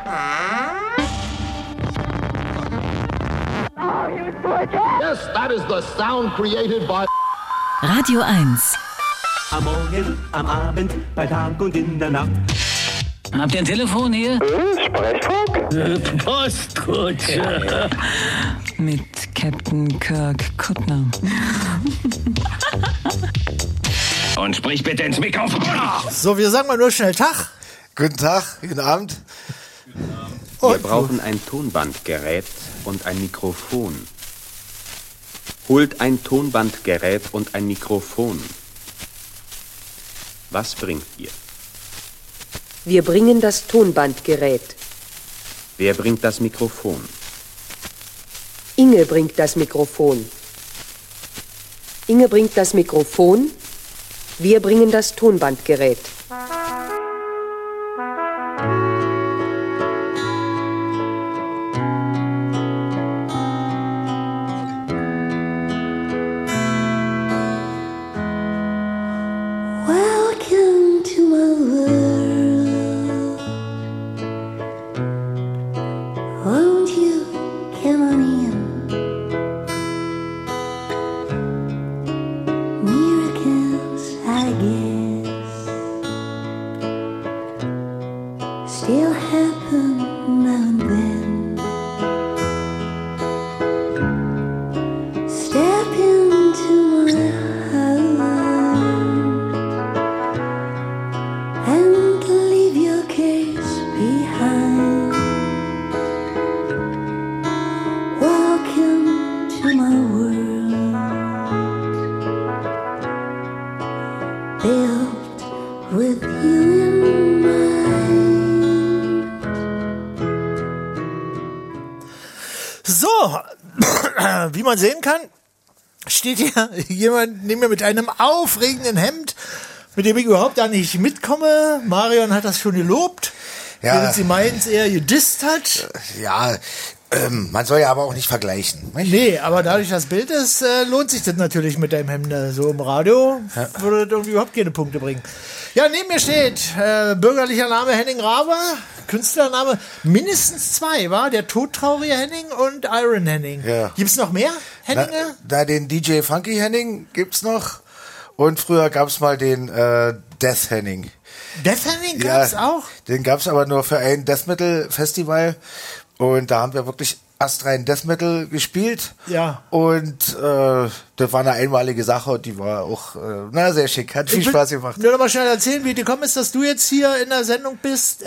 Yes, that is the sound created by Radio 1. Am Morgen, am Abend, bei Tag und in der Nacht. Habt ihr ein Telefon hier? Sprechfunk? Postkutsche. Mit Captain Kirk Kuttner. Und sprich bitte ins Mikrofon. So, wir sagen mal nur schnell Tag. Guten Tag, guten Abend. Wir brauchen ein Tonbandgerät und ein Mikrofon. Holt ein Tonbandgerät und ein Mikrofon. Was bringt ihr? Wir bringen das Tonbandgerät. Wer bringt das Mikrofon? Inge bringt das Mikrofon. Inge bringt das Mikrofon. Wir bringen das Tonbandgerät. Welcome to my world. Won't you come on in? Miracles, I guess, still happen now and then. Step into my heart and leave your cares behind. Welcome to my world, built with you in mind. So, wie man sehen kann, steht hier jemand neben mir mit einem aufregenden Hemd, mit dem ich überhaupt da nicht mitkomme. Marion hat das schon gelobt, Ja. während sie meint, er gedisst hat. Ja, man soll ja aber auch nicht vergleichen. Nicht? Nee, aber dadurch, dass das Bild ist, lohnt sich das natürlich mit deinem Hemd. So im Radio würde das irgendwie überhaupt keine Punkte bringen. Ja, neben mir steht bürgerlicher Name Henning Raber, Künstlername mindestens zwei, war der todtraurige Henning und Iron Henning. Ja. Gibt's noch mehr Henninge? Da den DJ Funky Henning gibt's noch. Und früher gab's mal den Death Henning. Death Henning gab's auch? Den gab's aber nur für ein Death Metal Festival. Und da haben wir wirklich astrein Death Metal gespielt. Ja. Und das war eine einmalige Sache und die war auch sehr schick. Hat viel Spaß gemacht. Nur noch mal schnell erzählen, wie du gekommen ist, dass du jetzt hier in der Sendung bist.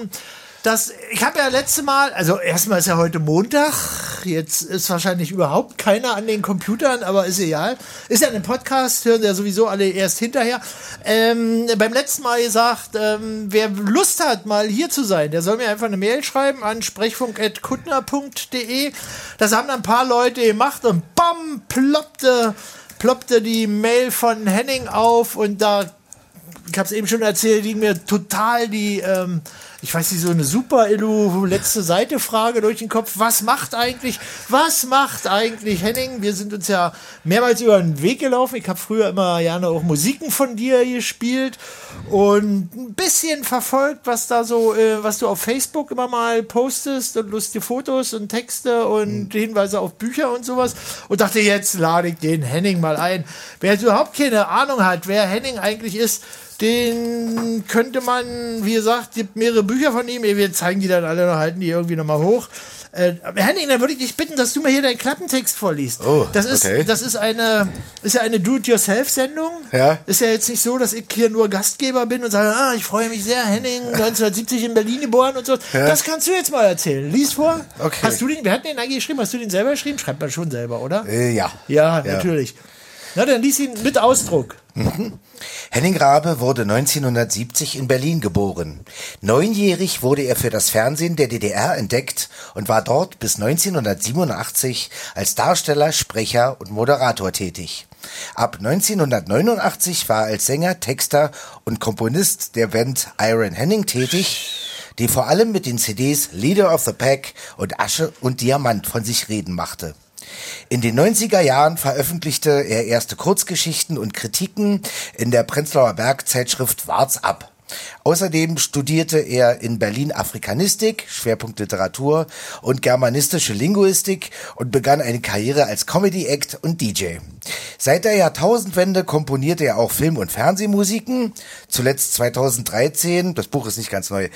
Ich habe ja letzte Mal, also erstmal ist ja heute Montag, jetzt ist wahrscheinlich überhaupt keiner an den Computern, aber ist egal. Ist ja ein Podcast, hören ja sowieso alle erst hinterher. Beim letzten Mal gesagt, wer Lust hat, mal hier zu sein, der soll mir einfach eine Mail schreiben an sprechfunk@kuttner.de. Das haben dann ein paar Leute gemacht und bam, ploppte die Mail von Henning auf und da, ich habe es eben schon erzählt, liegen mir total die, ich weiß nicht, so eine super letzte Seite Frage durch den Kopf. Was macht eigentlich Henning? Wir sind uns ja mehrmals über den Weg gelaufen. Ich habe früher immer gerne auch Musiken von dir gespielt und ein bisschen verfolgt, was da so, was du auf Facebook immer mal postest und lustige Fotos und Texte und Hinweise auf Bücher und sowas und dachte, jetzt lade ich den Henning mal ein. Wer jetzt überhaupt keine Ahnung hat, wer Henning eigentlich ist, den könnte man, wie gesagt, gibt mehrere Bücher von ihm, wir zeigen die dann alle noch, halten die irgendwie nochmal hoch. Henning, dann würde ich dich bitten, dass du mir hier deinen Klappentext vorliest. Oh, das ist ja eine Do-it-yourself-Sendung. Ja. Ist ja jetzt nicht so, dass ich hier nur Gastgeber bin und sage, ich freue mich sehr, Henning, 1970 in Berlin geboren und so. Ja. Das kannst du jetzt mal erzählen. Lies vor. Okay. Wer hat den eigentlich geschrieben? Hast du den selber geschrieben? Schreibt man schon selber, oder? Ja. Ja, natürlich. Na, dann lies ihn mit Ausdruck. Henning Rabe wurde 1970 in Berlin geboren. 9-jährig wurde er für das Fernsehen der DDR entdeckt und war dort bis 1987 als Darsteller, Sprecher und Moderator tätig. Ab 1989 war er als Sänger, Texter und Komponist der Band Iron Henning tätig, die vor allem mit den CDs Leader of the Pack und Asche und Diamant von sich reden machte. In den 90er Jahren veröffentlichte er erste Kurzgeschichten und Kritiken in der Prenzlauer Berg-Zeitschrift Wart's ab. Außerdem studierte er in Berlin Afrikanistik, Schwerpunkt Literatur und germanistische Linguistik und begann eine Karriere als Comedy-Act und DJ. Seit der Jahrtausendwende komponierte er auch Film- und Fernsehmusiken, zuletzt 2013, das Buch ist nicht ganz neu,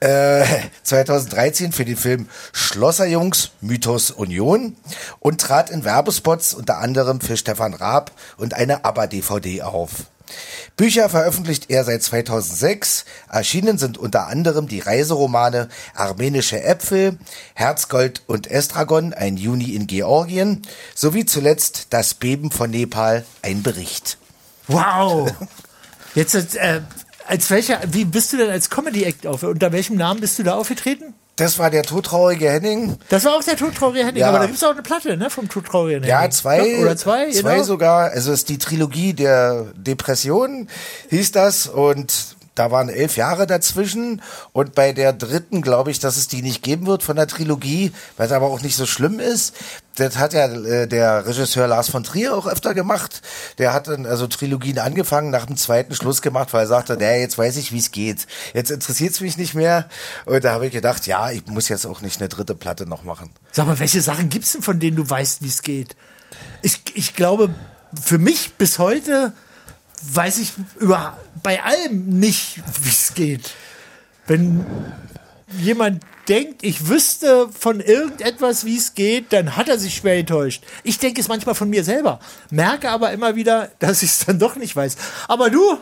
2013 für den Film Schlosserjungs, Mythos Union und trat in Werbespots unter anderem für Stefan Raab und eine ABBA-DVD auf. Bücher veröffentlicht er seit 2006. Erschienen sind unter anderem die Reiseromane Armenische Äpfel, Herzgold und Estragon, ein Juni in Georgien, sowie zuletzt Das Beben von Nepal, ein Bericht. Wow! Jetzt, wie bist du denn als Comedy-Act auf? Unter welchem Namen bist du da aufgetreten? Das war der todtraurige Henning. Das war auch der todtraurige Henning, ja. Aber da gibt es auch eine Platte, ne, vom todtraurigen Henning. Ja, zwei. Oder zwei, genau. Sogar. Also es ist die Trilogie der Depressionen, hieß das. Und da waren 11 Jahre dazwischen. Und bei der dritten glaube ich, dass es die nicht geben wird von der Trilogie, weil es aber auch nicht so schlimm ist. Das hat ja der Regisseur Lars von Trier auch öfter gemacht. Der hat dann also Trilogien angefangen, nach dem zweiten Schluss gemacht, weil er sagte, jetzt weiß ich, wie es geht. Jetzt interessiert es mich nicht mehr. Und da habe ich gedacht, ja, ich muss jetzt auch nicht eine dritte Platte noch machen. Sag mal, welche Sachen gibt's denn, von denen du weißt, wie es geht? Ich glaube, für mich bis heute weiß ich bei allem nicht, wie es geht. Wenn jemand denkt, ich wüsste von irgendetwas, wie es geht, dann hat er sich schwer enttäuscht. Ich denke es manchmal von mir selber, merke aber immer wieder, dass ich es dann doch nicht weiß. Aber du,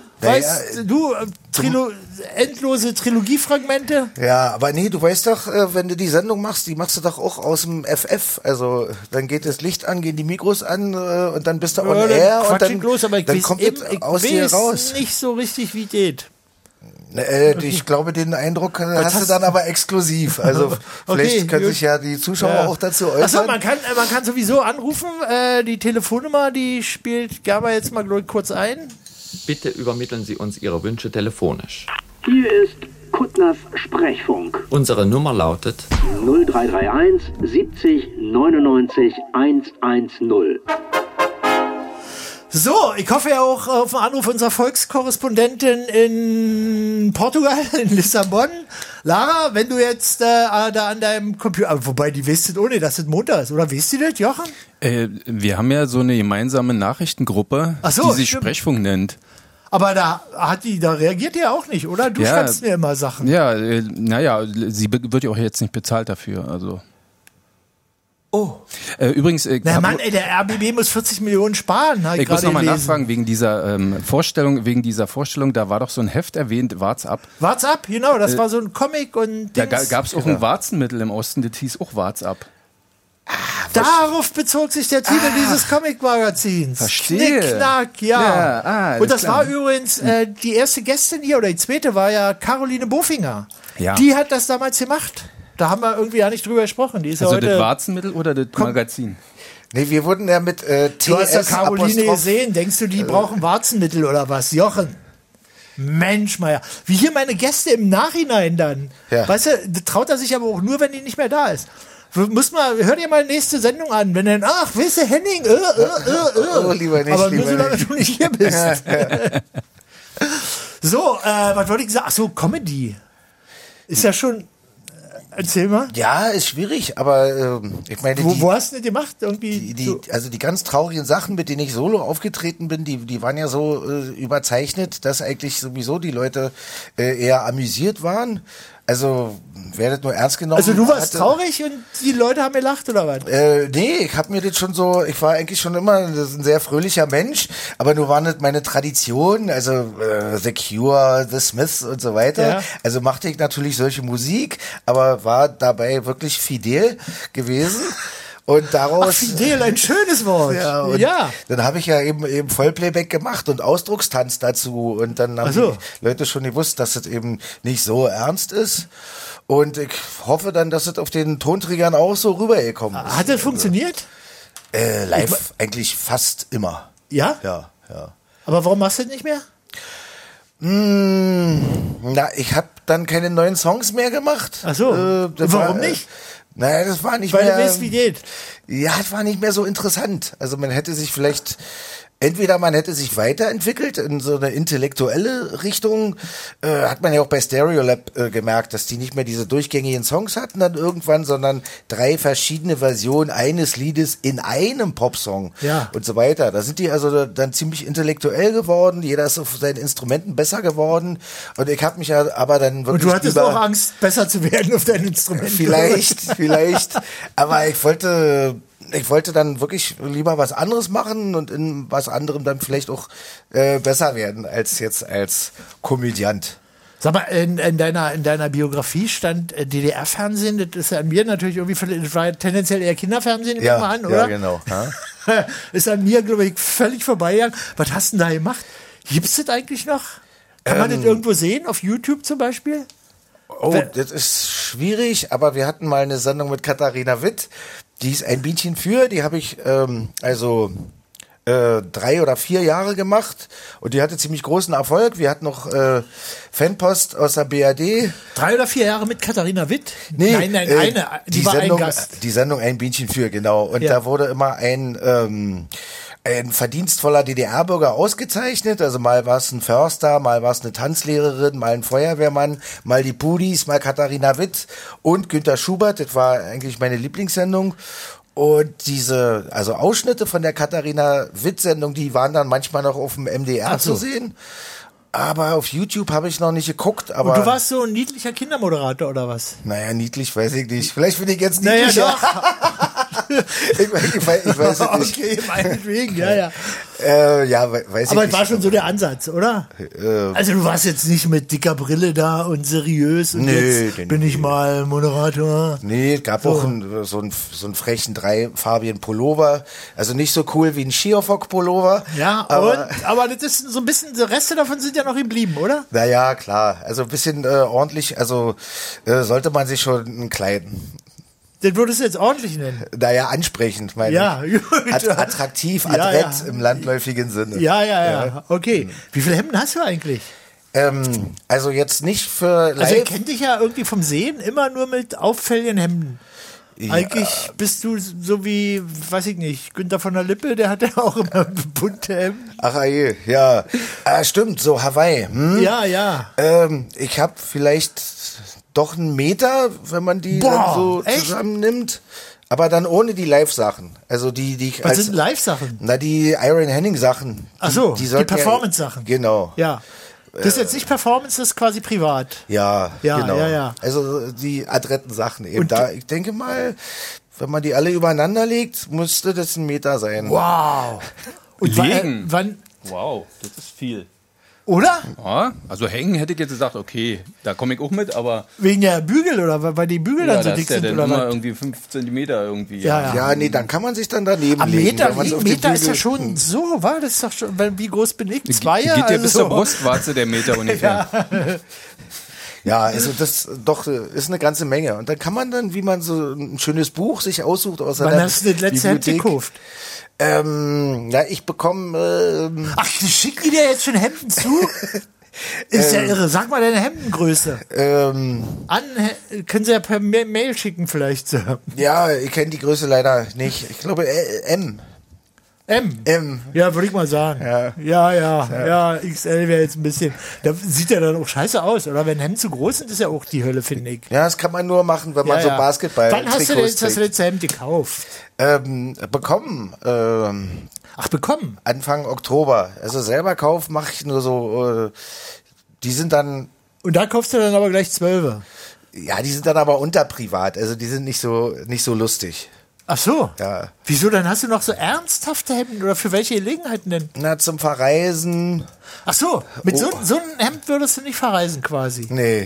endlose Trilogiefragmente? Ja, aber nee, du weißt doch, wenn du die Sendung machst, die machst du doch auch aus dem FF. Also dann geht das Licht an, gehen die Mikros an und dann bist du on air und dann kommt es aus dir raus. Ich weiß nicht so richtig, wie geht. Ich glaube, den Eindruck hast du dann aber exklusiv. Also vielleicht können sich ja die Zuschauer auch dazu äußern. Achso, man kann sowieso anrufen. Die Telefonnummer, die spielt Gerber jetzt mal kurz ein. Bitte übermitteln Sie uns Ihre Wünsche telefonisch. Hier ist Kuttners Sprechfunk. Unsere Nummer lautet 0331 70 99 110. So, ich hoffe ja auch auf den Anruf unserer Volkskorrespondentin in Portugal, in Lissabon. Lara, wenn du jetzt da an deinem Computer, wobei die wisst ohne, dass es Montag ist, oder wisst ihr das, Jochen? Wir haben ja so eine gemeinsame Nachrichtengruppe, die sich Sprechfunk nennt. Aber da reagiert ihr auch nicht, oder? Du schreibst mir immer Sachen. Ja, sie wird ja auch jetzt nicht bezahlt dafür, also. Oh. Übrigens, der RBB muss 40 Millionen sparen. Ich muss nochmal nachfragen, wegen dieser Vorstellung, da war doch so ein Heft erwähnt, Wart's ab. Wart's ab, genau, das war so ein Comic und da gab es auch ein Warzenmittel im Osten, das hieß auch Wart's ab. Darauf bezog sich der Titel dieses Comic-Magazins. Verstehe. Knick-Knack, und das war übrigens, die erste Gästin hier, oder die zweite, war ja Caroline Bofinger. Ja. Die hat das damals gemacht. Da haben wir irgendwie ja nicht drüber gesprochen. Die ist also heute das Warzenmittel oder das Magazin? Nee, wir wurden ja mit TS. Du hast ja Caroline gesehen. Denkst du, die brauchen Warzenmittel oder was? Jochen. Mensch, Meier. Wie hier meine Gäste im Nachhinein dann. Ja. Weißt du, traut er sich aber auch nur, wenn die nicht mehr da ist. Hör dir mal nächste Sendung an. Wenn dann, weißt du, Henning, Oh, lieber nicht. Aber nur solange du nicht hier bist. So, was wollte ich sagen? Ach so, Comedy. Ist ja schon... Erzähl mal. Ja, ist schwierig, aber ich meine... Wo hast du das gemacht? Irgendwie also die ganz traurigen Sachen, mit denen ich solo aufgetreten bin, die waren ja so überzeichnet, dass eigentlich sowieso die Leute eher amüsiert waren. Also, wer das nur ernst genommen hat. Also du warst traurig und die Leute haben gelacht, oder was? Nee, ich habe mir das schon so, ich war eigentlich schon immer ein sehr fröhlicher Mensch, aber nur war nicht meine Tradition, also The Cure, The Smiths und so weiter. Ja. Also machte ich natürlich solche Musik, aber war dabei wirklich fidel gewesen. Und daraus. Fidel, ein schönes Wort. Ja. Dann habe ich ja eben Vollplayback gemacht und Ausdruckstanz dazu. Und dann haben die Leute schon gewusst, dass es eben nicht so ernst ist. Und ich hoffe dann, dass es auf den Tonträgern auch so rübergekommen ist. Hat das funktioniert? Live eigentlich fast immer. Ja? Ja. Aber warum machst du das nicht mehr? Ich habe dann keine neuen Songs mehr gemacht. Ach so. Warum nicht? Naja, das war nicht mehr... Weil du weißt, wie geht. Ja, das war nicht mehr so interessant. Also man hätte sich vielleicht entweder man hätte sich weiterentwickelt in so eine intellektuelle Richtung, hat man ja auch bei Stereolab gemerkt, dass die nicht mehr diese durchgängigen Songs hatten dann irgendwann, sondern 3 verschiedene Versionen eines Liedes in einem Popsong und so weiter. Da sind die also dann ziemlich intellektuell geworden, jeder ist auf seinen Instrumenten besser geworden und ich habe mich ja aber dann wirklich... Und du hattest auch Angst, besser zu werden auf deinen Instrumenten. Vielleicht, aber ich wollte dann wirklich lieber was anderes machen und in was anderem dann vielleicht auch besser werden als jetzt als Komödiant. Sag mal, in deiner Biografie stand DDR-Fernsehen, das ist ja an mir natürlich irgendwie, das war tendenziell eher Kinderfernsehen, nehme ich mal an, oder? Ja, genau. Ja. Ist an mir, glaube ich, völlig vorbeigegangen. Was hast du denn da gemacht? Gibt's das eigentlich noch? Kann man das irgendwo sehen, auf YouTube zum Beispiel? Oh, das ist schwierig, aber wir hatten mal eine Sendung mit Katharina Witt, die ist ein Bienchen für, die habe ich 3 oder 4 Jahre gemacht und die hatte ziemlich großen Erfolg. Wir hatten noch Fanpost aus der BRD. 3 oder 4 Jahre mit Katharina Witt? Nee, eine, die war Sendung, ein Gast. Die Sendung Ein Bienchen für, genau. Und da wurde immer ein verdienstvoller DDR-Bürger ausgezeichnet. Also mal war es ein Förster, mal war es eine Tanzlehrerin, mal ein Feuerwehrmann, mal die Pudis, mal Katharina Witt und Günter Schubert. Das war eigentlich meine Lieblingssendung. Und diese, also Ausschnitte von der Katharina Witt-Sendung, die waren dann manchmal noch auf dem MDR zu sehen. Aber auf YouTube habe ich noch nicht geguckt. Aber und du warst so ein niedlicher Kindermoderator oder was? Naja, niedlich weiß ich nicht. Vielleicht bin ich jetzt niedlich. Naja, doch. ich weiß es nicht. Okay, meinetwegen, ja. Weiß ich aber nicht. es war schon so der Ansatz, oder? Also du warst jetzt nicht mit dicker Brille da und seriös und jetzt bin ich mal Moderator. Nee, es gab auch so einen frechen dreifarbigen Pullover. Also nicht so cool wie ein Schierfock-Pullover. Ja, aber das ist so ein bisschen, die Reste davon sind ja noch geblieben, oder? Naja, klar. Also ein bisschen ordentlich, also sollte man sich schon kleiden. Den würdest du jetzt ordentlich nennen? Naja, ansprechend, meine ich. Attraktiv, adrett im landläufigen Sinne. Ja. Okay. Wie viele Hemden hast du eigentlich? Also jetzt nicht für live. Also ich kenne dich ja irgendwie vom Sehen immer nur mit auffälligen Hemden. Ja. Eigentlich bist du so wie, weiß ich nicht, Günther von der Lippe, der hat ja auch immer bunte Hemden. Ach je, ja. Stimmt, so Hawaii. Ja. Ich habe vielleicht doch 1 Meter, wenn man die dann so zusammennimmt. Aber dann ohne die Live-Sachen. Also die was sind Live-Sachen? Na, die Iron Henning-Sachen. Ach so, die Performance-Sachen. Genau. Ja. Das ist jetzt nicht Performance, das ist quasi privat. Ja, genau. Ja. Also die adretten Sachen eben. Da, ich denke mal, wenn man die alle übereinander legt, müsste das 1 Meter sein. Wow. Und wann? Wow, das ist viel. Oder? Ja, also hängen hätte ich jetzt gesagt, okay, da komme ich auch mit, aber... Wegen der Bügel oder weil die Bügel dann so dick sind? Ja, oder immer irgendwie 5 Zentimeter irgendwie. Ja, nee, dann kann man sich dann daneben legen. Ein Meter ist ja schon so, war das ist doch schon, wie groß bin ich? 2 Geht dir bis zur Brustwarze der Meter ungefähr. Ja, also das doch ist eine ganze Menge. Und dann kann man dann, wie man so ein schönes Buch sich aussucht aus Wann hast du das letzte Hemd gekauft? Ich bekomme... Ach, schicken die dir jetzt schon Hemden zu? Ist ja irre. Sag mal deine Hemdengröße. Können sie ja per Mail schicken vielleicht. Ja, ich kenne die Größe leider nicht. Ich glaube M. M. Ja, würde ich mal sagen. Ja, XL wäre jetzt ein bisschen. Da sieht ja dann auch scheiße aus, oder? Wenn Hemden zu groß sind, ist ja auch die Hölle, finde ich. Ja, das kann man nur machen, wenn man so Basketball. Wann hast du das letzte Hemd gekauft? Bekommen. Ach, bekommen? Anfang Oktober. Also selber Kauf mache ich nur so. Die sind dann. Und da kaufst du dann aber gleich 12. Ja, die sind dann aber unterprivat. Also die sind nicht so lustig. Ach so. Ja. Wieso, dann hast du noch so ernsthafte Hemden oder für welche Gelegenheiten denn? Na, zum Verreisen. Ach so, mit so einem Hemd würdest du nicht verreisen quasi? Nee.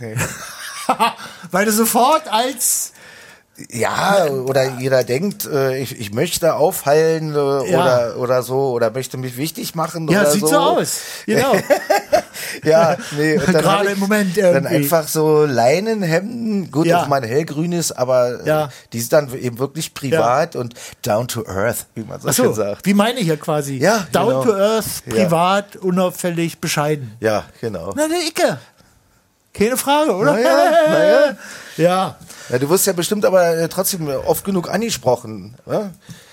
Weil du sofort als... Ja, oder jeder denkt, ich möchte auffallen oder so, oder möchte mich wichtig machen oder so. Ja, sieht so aus, genau. Ja, nee. Und dann gerade im Moment irgendwie. Dann einfach so Leinenhemden, gut, auch mal ein hellgrünes, aber die sind dann eben wirklich privat und down to earth, wie man so schön sagt. Wie meine hier quasi. Ja, down to earth, privat, unauffällig, bescheiden. Ja, genau. Na, der Icke. Keine Frage, oder? Naja. Ja. Ja, du wirst ja bestimmt aber trotzdem oft genug angesprochen. Ja?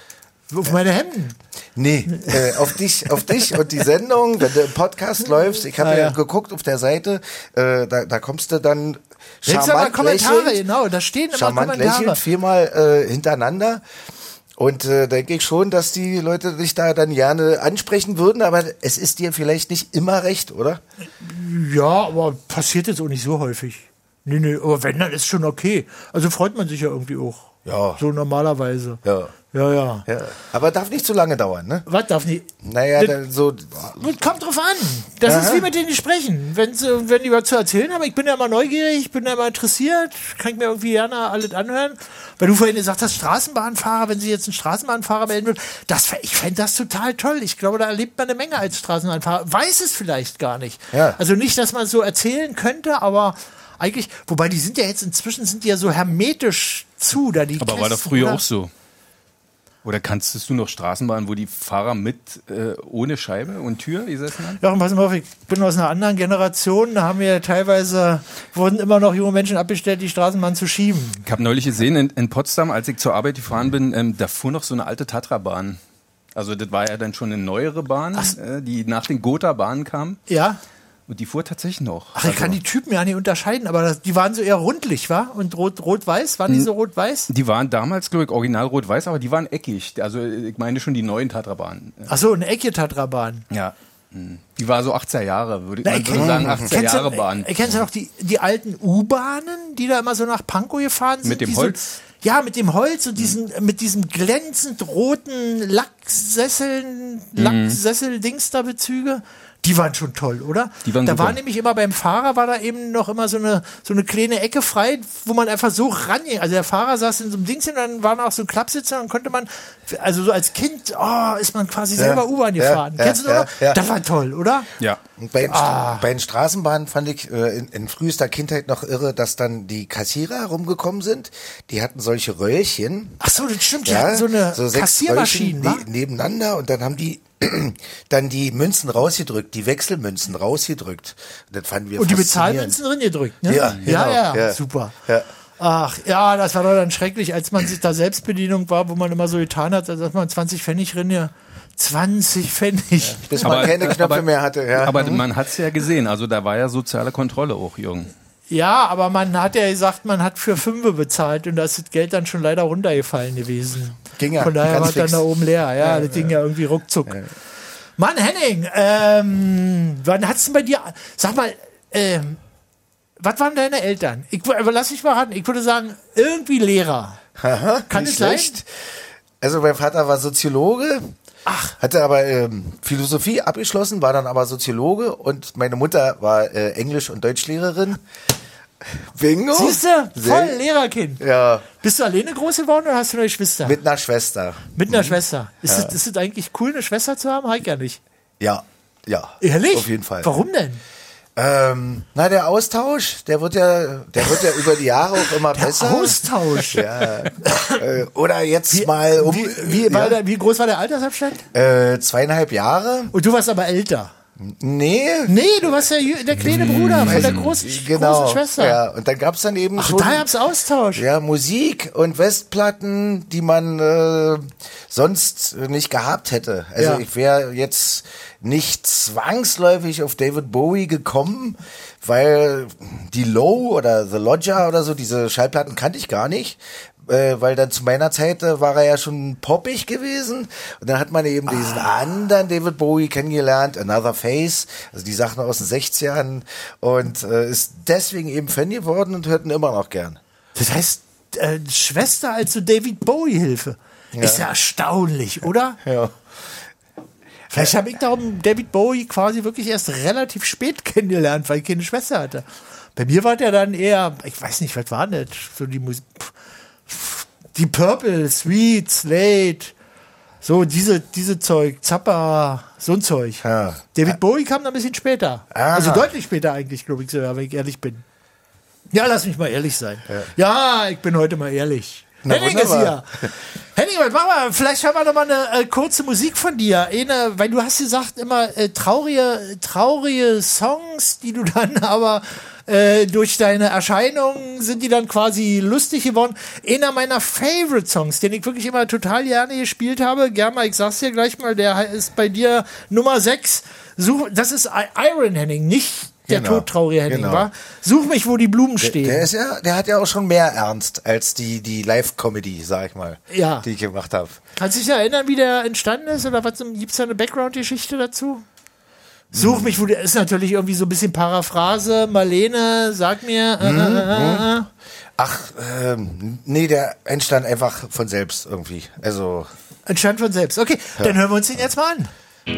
Auf meine Hemden? Nee, auf dich und die Sendung, wenn du im Podcast läufst. Ich habe ja geguckt auf der Seite, da kommst du dann charmant Kommentare, lächelnd, genau, da stehen immer charmant Kommentare. lächelnd, 4-mal hintereinander. Und denke ich schon, dass die Leute dich da dann gerne ansprechen würden, aber es ist dir vielleicht nicht immer recht, oder? Ja, aber passiert jetzt auch nicht so häufig. Nee, aber wenn, dann ist schon okay. Also freut man sich ja irgendwie auch. Ja. So normalerweise. Ja. Ja. Aber darf nicht zu lange dauern, ne? Was darf nicht? Naja, dann so. Kommt drauf an. Das ist wie mit denen, die sprechen. Wenn die was zu erzählen haben, ich bin ja immer neugierig, ich bin ja immer interessiert, kann ich mir irgendwie gerne alles anhören. Weil du vorhin gesagt hast, Straßenbahnfahrer, wenn sie jetzt einen Straßenbahnfahrer melden würden, ich fände das total toll. Ich glaube, da erlebt man eine Menge als Straßenbahnfahrer. Weiß es vielleicht gar nicht. Ja. Also nicht, dass man es so erzählen könnte, aber eigentlich, wobei die sind ja jetzt inzwischen ja so hermetisch zu. Da die Aber Kästen, war doch früher oder? auch so. Oder kanntest du noch Straßenbahnen, wo die Fahrer mit ohne Scheibe und Tür gesessen haben? Ja, und pass mal auf, ich bin aus einer anderen Generation, da wurden immer noch junge Menschen abgestellt, die Straßenbahn zu schieben. Ich habe neulich gesehen in Potsdam, als ich zur Arbeit gefahren bin, da fuhr noch so eine alte Tatra-Bahn. Also das war ja dann schon eine neuere Bahn, die nach den Gotha-Bahnen kam. Ja. Und die fuhr tatsächlich noch. Ach, ich kann die Typen ja nicht unterscheiden, aber die waren so eher rundlich, wa? Und rot-weiß, waren die so rot-weiß? Die waren damals, glaube ich, original rot-weiß, aber die waren eckig. Also ich meine schon die neuen Tatra-Bahnen. Ach so, eine eckige Tatra-Bahn. Ja. Die war so 80er Jahre, würde ich sagen, 80er Jahre Bahn. Kennst du noch die alten U-Bahnen, die da immer so nach Pankow gefahren sind? Mit dem Holz? Ja, mit dem Holz und mit diesem glänzend roten Lacksessel-Dings da Bezüge. Die waren schon toll, oder? Die waren da super. war nämlich immer beim Fahrer, war da eben noch immer so eine kleine Ecke frei, wo man einfach so ranging. Also der Fahrer saß in so einem Dingchen, dann waren auch so Klappsitzer und konnte man, also so als Kind, ist man quasi selber U-Bahn gefahren. Kennst du das noch? Ja. Das war toll, oder? Ja. Und bei den Straßenbahnen fand ich in frühester Kindheit noch irre, dass dann die Kassierer rumgekommen sind. Die hatten solche Röllchen. Ach so, das stimmt. Die hatten so eine 6 Kassiermaschine, Röllchen nebeneinander und dann haben die dann die Münzen rausgedrückt, die Wechselmünzen rausgedrückt. Und das fanden wir und die faszinierend. Bezahlmünzen drin gedrückt, ne? Ja, genau. Ja, super. Ja. Ach, ja, das war doch dann schrecklich, als man sich da Selbstbedienung war, wo man immer so getan hat, als man 20 Pfennig drin, ja. 20 Pfennig. Ja, bis man keine Knöpfe mehr hatte. Ja. Aber man hat es ja gesehen, also da war ja soziale Kontrolle auch, Jürgen. Ja, aber man hat ja gesagt, man hat für 5 bezahlt und da ist das Geld dann schon leider runtergefallen gewesen. Ging ja, von daher ganz war dann fix. da oben leer. Ja, das ging ja irgendwie ruckzuck. Ja. Mann, Henning, wann hat's denn bei dir, sag mal, was waren deine Eltern? Lass mich mal raten, ich würde sagen, irgendwie Lehrer. Aha, Kann nicht es sein? schlecht. Also mein Vater war Soziologe. Hatte aber Philosophie abgeschlossen, war dann aber Soziologe und meine Mutter war Englisch- und Deutschlehrerin. Bingo. Siehst du? Voll Lehrerkind. Ja. Bist du alleine groß geworden oder hast du noch eine Schwester? Mit einer Schwester. Mit einer Schwester. Ist Ja. das eigentlich cool, eine Schwester zu haben? Heik ja nicht. Ja. Ehrlich? Auf jeden Fall. Warum denn? Der Austausch, der wird ja über die Jahre auch immer besser. Austausch? Ja. Oder jetzt Wie groß war der Altersabstand? 2,5 Jahre. Und du warst aber älter. Nee, du warst ja der kleine Bruder von der großen Schwester. Ja, und dann gab's dann eben schon. Da gab's Austausch. Ja, Musik und Westplatten, die man sonst nicht gehabt hätte. Also ich wäre jetzt nicht zwangsläufig auf David Bowie gekommen, weil die Low oder The Lodger oder so, diese Schallplatten kannte ich gar nicht. Weil dann zu meiner Zeit war er ja schon poppig gewesen und dann hat man eben diesen anderen David Bowie kennengelernt, Another Face, also die Sachen aus den 60ern und ist deswegen eben Fan geworden und hört ihn immer noch gern. Das heißt, Schwester als so David Bowie-Hilfe. Ja. Ist ja erstaunlich, oder? Ja. Vielleicht habe ich darum David Bowie quasi wirklich erst relativ spät kennengelernt, weil ich keine Schwester hatte. Bei mir war der dann eher, ich weiß nicht, was war das? So die Musik. Die Purple, Sweet, Slate, so diese Zeug, Zappa, so ein Zeug. Ja. David Bowie kam dann ein bisschen später. Aha. Also deutlich später eigentlich, glaube ich, sogar, wenn ich ehrlich bin. Ja, lass mich mal ehrlich sein. Ja, ich bin heute mal ehrlich. Na, Henning ist wunderbar. hier. Henning, was machen wir? Vielleicht hören wir noch mal eine kurze Musik von dir. Weil du hast gesagt, immer traurige Songs, die du dann aber durch deine Erscheinung sind die dann quasi lustig geworden. Einer meiner Favorite-Songs, den ich wirklich immer total gerne gespielt habe, Germa, ich sag's dir gleich mal, der ist bei dir Nummer 6. Das ist Iron Henning, nicht der todtraurige Henning, war. Such mich, wo die Blumen stehen. Der hat ja auch schon mehr Ernst als die Live-Comedy, sag ich mal, die ich gemacht habe. Kannst du dich erinnern, wie der entstanden ist? Oder gibt's da eine Background-Geschichte dazu? Such mich, wo der ist natürlich irgendwie so ein bisschen Paraphrase. Marlene, sag mir. Nee, der entstand einfach von selbst irgendwie. Also. Entstand von selbst. Okay, dann hören wir uns den jetzt mal an.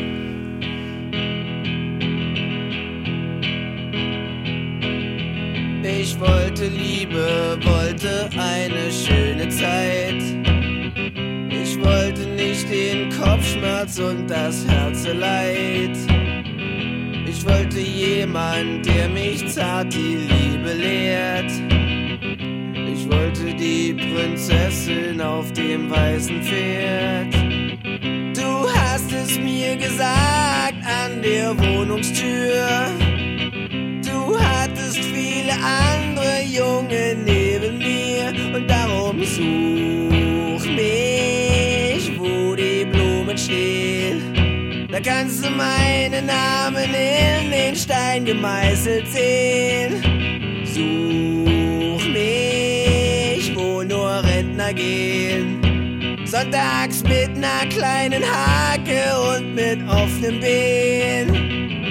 Ich wollte Liebe, wollte eine schöne Zeit. Ich wollte nicht den Kopfschmerz und das Herzeleid. Ich wollte jemand, der mich zart die Liebe lehrt. Ich wollte die Prinzessin auf dem weißen Pferd. Du hast es mir gesagt an der Wohnungstür. Du hattest viele andere Junge neben mir und darum such mich, wo die Blumen stehen. Da kannst du meinen Namen in den Stein gemeißelt sehen. Such mich, wo nur Rentner gehen. Sonntags mit ner kleinen Hake und mit offenem Bein.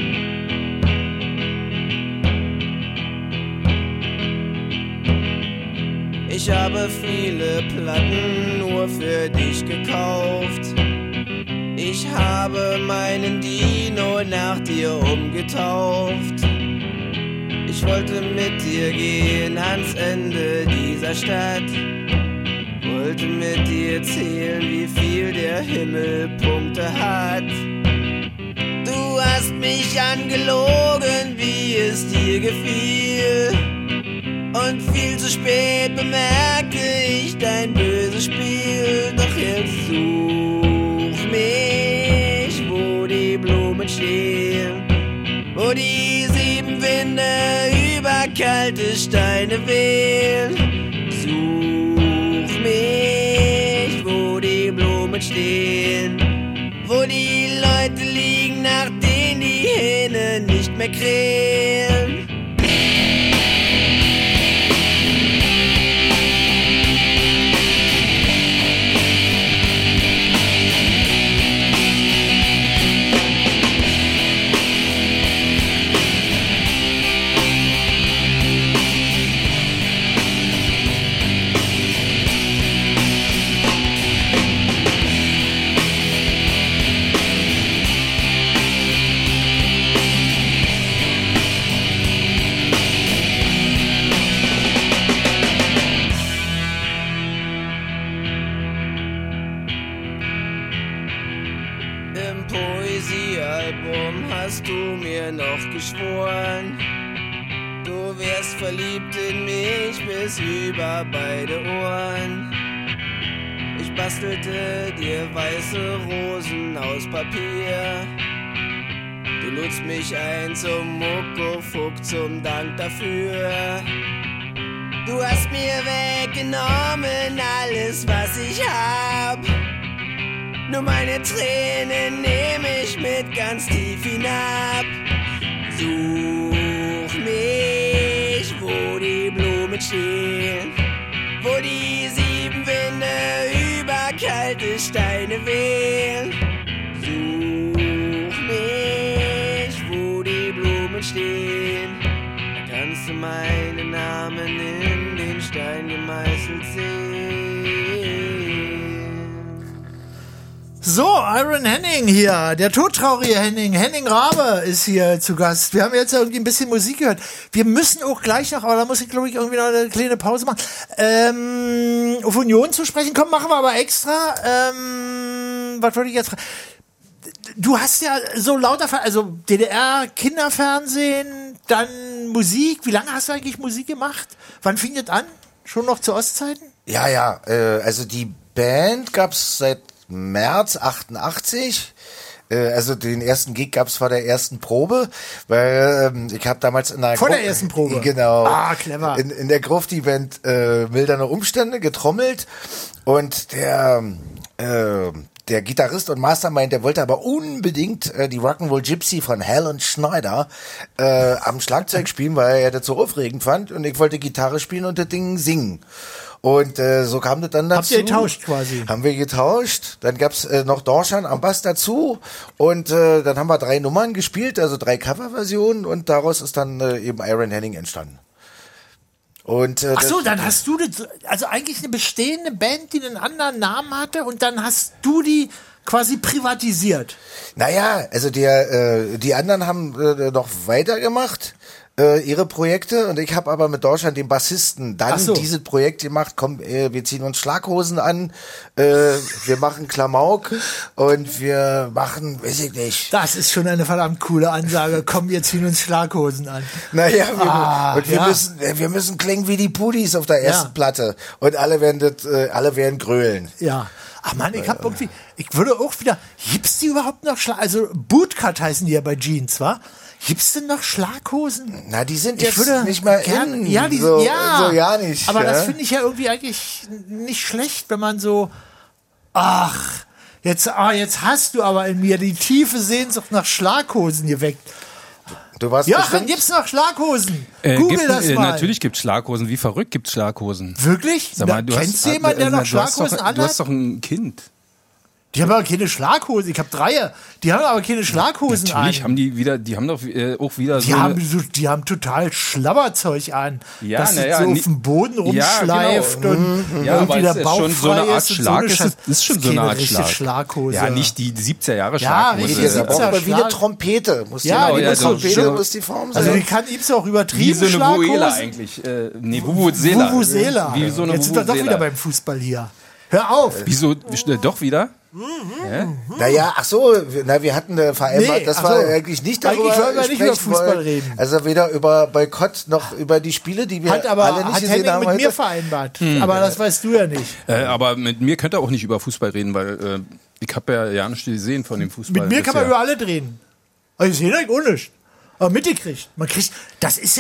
Ich habe viele Platten nur für dich gekauft. Ich habe meinen Dino nach dir umgetauft. Ich wollte mit dir gehen ans Ende dieser Stadt. Wollte mit dir zählen, wie viel der Himmel Punkte hat. Du hast mich angelogen, wie es dir gefiel. Und viel zu spät bemerkte ich dein böses Spiel. Doch jetzt such mich, wo die Blumen stehen, wo die 7 Winde über kalte Steine wehen. Such mich, wo die Blumen stehen, wo die Leute liegen, nach denen die Hähne nicht mehr krähen. Hast du mir noch geschworen, du wärst verliebt in mich bis über beide Ohren. Ich bastelte dir weiße Rosen aus Papier. Du ludst mich ein zum Muckofuck, zum Dank dafür. Du hast mir weggenommen alles, was ich hab. Nur meine Tränen nehme ich mit ganz tief hinab. Such mich, wo die Blumen stehen, wo die 7 Winde über kalte Steine wehen. Such mich, wo die Blumen stehen, da kannst du meinen Namen in den Stein gemeißelt sehen. So, Iron Henning hier, der todtraurige Henning. Henning Rabe ist hier zu Gast. Wir haben jetzt irgendwie ein bisschen Musik gehört. Wir müssen auch gleich noch, aber da muss ich, glaube ich, irgendwie noch eine kleine Pause machen. Auf Union zu sprechen kommen, machen wir aber extra. Was wollte ich jetzt fragen? Du hast ja so lauter, also DDR, Kinderfernsehen, dann Musik. Wie lange hast du eigentlich Musik gemacht? Wann fing das an? Schon noch zu Ostzeiten? Ja, also die Band gab's seit März 88. Also den ersten Gig gab's vor der ersten Probe, weil ich habe damals in der Vor der ersten Probe? Genau. Ah, clever. In der Gruft die Band Milderne Umstände getrommelt und der Gitarrist und Mastermind, der wollte aber unbedingt die Rock'n'Roll Gypsy von Helen Schneider am Schlagzeug spielen, weil er das so aufregend fand und ich wollte Gitarre spielen und das Ding singen. Und so kam das dann dazu. Habt ihr getauscht quasi? Haben wir getauscht. Dann gab's noch Dorschan am Bass dazu. Und dann haben wir 3 Nummern gespielt, also 3 Coverversionen. Und daraus ist dann eben Iron Henning entstanden. Und, ach so, dann hast du das, also eigentlich eine bestehende Band, die einen anderen Namen hatte und dann hast du die quasi privatisiert. Naja, also die anderen haben noch weitergemacht. Ihre Projekte und ich habe aber mit Deutschland, dem Bassisten, dann dieses Projekt gemacht, komm, wir ziehen uns Schlaghosen an, wir machen Klamauk und wir machen, weiß ich nicht. Das ist schon eine verdammt coole Ansage, komm, wir ziehen uns Schlaghosen an. Naja, wir müssen klingen wie die Pudis auf der ersten Platte und alle werden grölen. Ja. Ach man, ich würde auch wieder, gibt's die überhaupt noch also Bootcut heißen die ja bei Jeans, wa? Gibt's denn noch Schlaghosen? Na, die sind jetzt nicht mal in. Ja, so ja nicht. Aber das finde ich ja irgendwie eigentlich nicht schlecht, wenn man so, jetzt hast du aber in mir die tiefe Sehnsucht nach Schlaghosen geweckt. Du warst Jochen, gibt's noch Schlaghosen? Google das mal. Natürlich gibt's Schlaghosen. Wie verrückt gibt's Schlaghosen? Wirklich? Sag mal, kennst du jemanden, der noch Schlaghosen anhat? Du hast doch ein Kind. Die haben aber keine Schlaghosen. Ich habe 3. Die haben aber keine Schlaghosen Natürlich an. die haben doch auch wieder Die haben total Schlabberzeug an. Ja, dass es so auf dem Boden rumschleift und irgendwie der Bauch schon so eine Art ist. Schlag. Ist schon so eine Art Schlag. Schlaghose. Ja, nicht die 70er Jahre Schlaghose. Ja, aber wie eine Trompete. Muss die Form sein. Also die kann Ibsen auch übertrieben wie so eine Schlaghose. Vuvuela eigentlich. Vuvuzela. Vuvuzela. Wie so eine Jetzt sind wir doch wieder beim Fußball hier. Hör auf. Wieso? Doch wieder? Naja, wir hatten vereinbart, dass wir eigentlich nicht darüber nicht über Fußball reden. Also weder über Boykott noch über die Spiele, die wir alle nicht gesehen haben. Hat mit mir vereinbart, aber das weißt du ja nicht. Aber mit mir könnt ihr auch nicht über Fußball reden, weil ich habe ja nicht gesehen von dem Fußball. Mit mir kann man über alle reden. Also ich sehe das auch nicht. Aber mitgekriegt. Das ist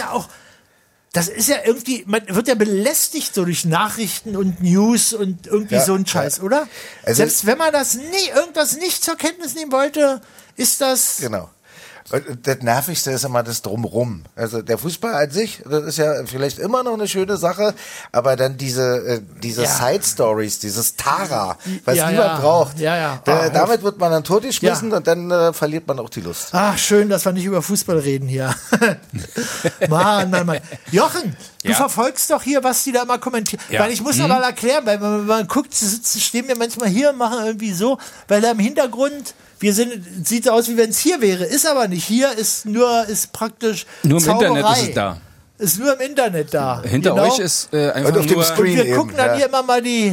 ja irgendwie, man wird ja belästigt so durch Nachrichten und News und irgendwie so ein Scheiß, oder? Also selbst wenn man irgendwas nicht zur Kenntnis nehmen wollte, ist das... Genau. Und das Nervigste ist immer das Drumrum. Also der Fußball an sich, das ist ja vielleicht immer noch eine schöne Sache, aber dann diese Side-Stories, dieses Tara, was niemand braucht. Damit wird man dann totgeschmissen und dann verliert man auch die Lust. Ach, schön, dass wir nicht über Fußball reden hier. Mann. Jochen, du verfolgst doch hier, was die da immer kommentieren. Ja. Weil ich muss noch mal erklären, weil man guckt, stehen wir manchmal hier und machen irgendwie so, weil da im Hintergrund... sieht aus, wie wenn es hier wäre, ist aber nicht. Hier ist praktisch nur im Zauberei. Internet ist es da. Ist nur im Internet da. Hinter euch ist einfach und auf dem Screen und wir gucken dann hier immer mal die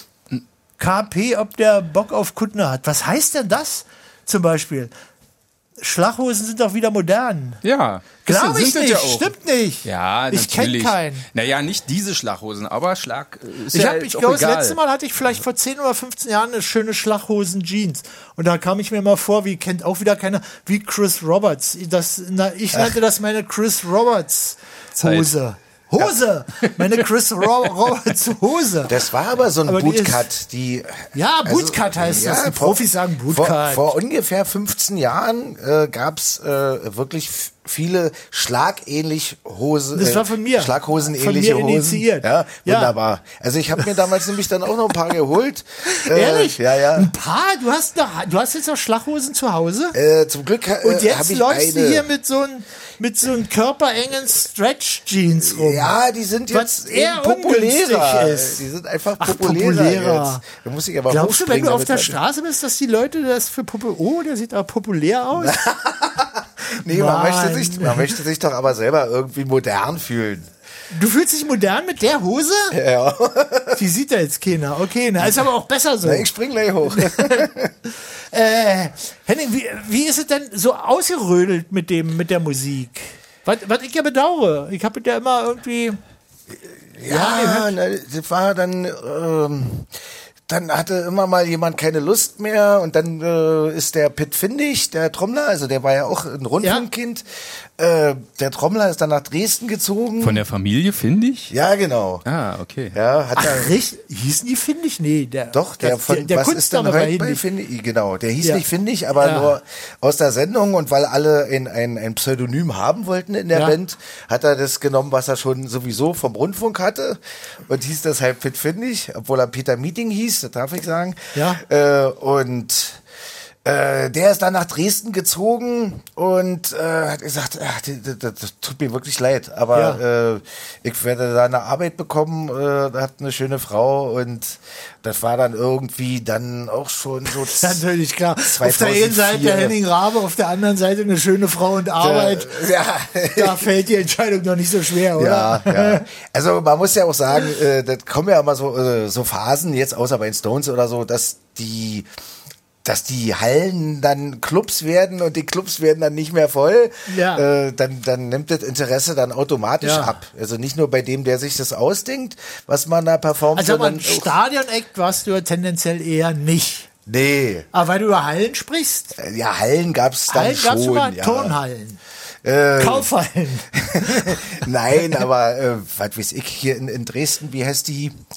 KP, ob der Bock auf Kuttner hat. Was heißt denn das zum Beispiel? Schlaghosen sind doch wieder modern. Ja. Glaube ich nicht, stimmt nicht. Ja, ich kenne keinen. Naja, nicht diese Schlaghosen, aber ist ich glaube, das letzte Mal hatte ich vielleicht vor 10 oder 15 Jahren eine schöne Schlaghosen-Jeans. Und da kam ich mir mal vor, kennt auch wieder keiner, wie Chris Roberts. Ich nannte das meine Chris Roberts-Hose. Meine Chris Roberts Hose. Das war aber so ein Bootcut. Bootcut heißt das. Die Profis sagen Bootcut. Vor ungefähr 15 Jahren gab's wirklich viele schlaghosenähnliche Das war von mir. Schlaghosenähnliche Hosen. Initiiert. Ja, wunderbar. Also ich habe mir damals nämlich dann auch noch ein paar geholt. Ehrlich? Ja. Ein paar? Du hast jetzt noch Schlaghosen zu Hause? Zum Glück und jetzt läufst du hier mit so einem körperengen Stretch-Jeans rum. Ja, die sind jetzt populärer. Die sind einfach populärer jetzt. Da muss ich aber glaubst du, wenn du auf der Straße bist, dass die Leute das für der sieht aber populär aus? Nee, man möchte sich doch aber selber irgendwie modern fühlen. Du fühlst dich modern mit der Hose? Ja. Die sieht da jetzt keiner. Okay, ist aber auch besser so. Na, ich spring gleich hoch. Henning, wie ist es denn so ausgerödelt mit der Musik? Was ich ja bedauere. Ich habe ja immer irgendwie... Das war dann... dann hatte immer mal jemand keine Lust mehr und dann ist der Pitt Findig, der Trommler, also der war ja auch ein Rundfunkkind, der Trommler ist dann nach Dresden gezogen. Von der Familie Findig? Ja, genau. Ah, okay. Ja, hat hießen die Findig? Nee, der was ist denn heute bei Findig? Genau, der hieß nicht Findig, aber nur aus der Sendung und weil alle ein Pseudonym haben wollten in der Band, hat er das genommen, was er schon sowieso vom Rundfunk hatte und hieß deshalb Pitt Findig, obwohl er Peter Meeting hieß, das darf ich sagen. Ja. Der ist dann nach Dresden gezogen und hat gesagt, das tut mir wirklich leid, aber ich werde da eine Arbeit bekommen, hat eine schöne Frau und das war dann irgendwie dann auch schon so. Natürlich, klar. 2004. Auf der einen Seite der Henning Rabe, auf der anderen Seite eine schöne Frau und Arbeit. Da fällt die Entscheidung noch nicht so schwer, oder? Ja. Also man muss ja auch sagen, das kommen ja immer so Phasen, jetzt außer bei den Stones oder so, dass die Hallen dann Clubs werden und die Clubs werden dann nicht mehr voll, dann nimmt das Interesse dann automatisch ab. Also nicht nur bei dem, der sich das ausdenkt, was man da performt. Also ein Stadion-Act warst du tendenziell eher nicht. Nee. Aber weil du über Hallen sprichst? Ja, Hallen gab's dann schon. Hallen gab's über Turnhallen. Kaufhallen. Nein, aber was weiß ich, hier in Dresden, wie heißt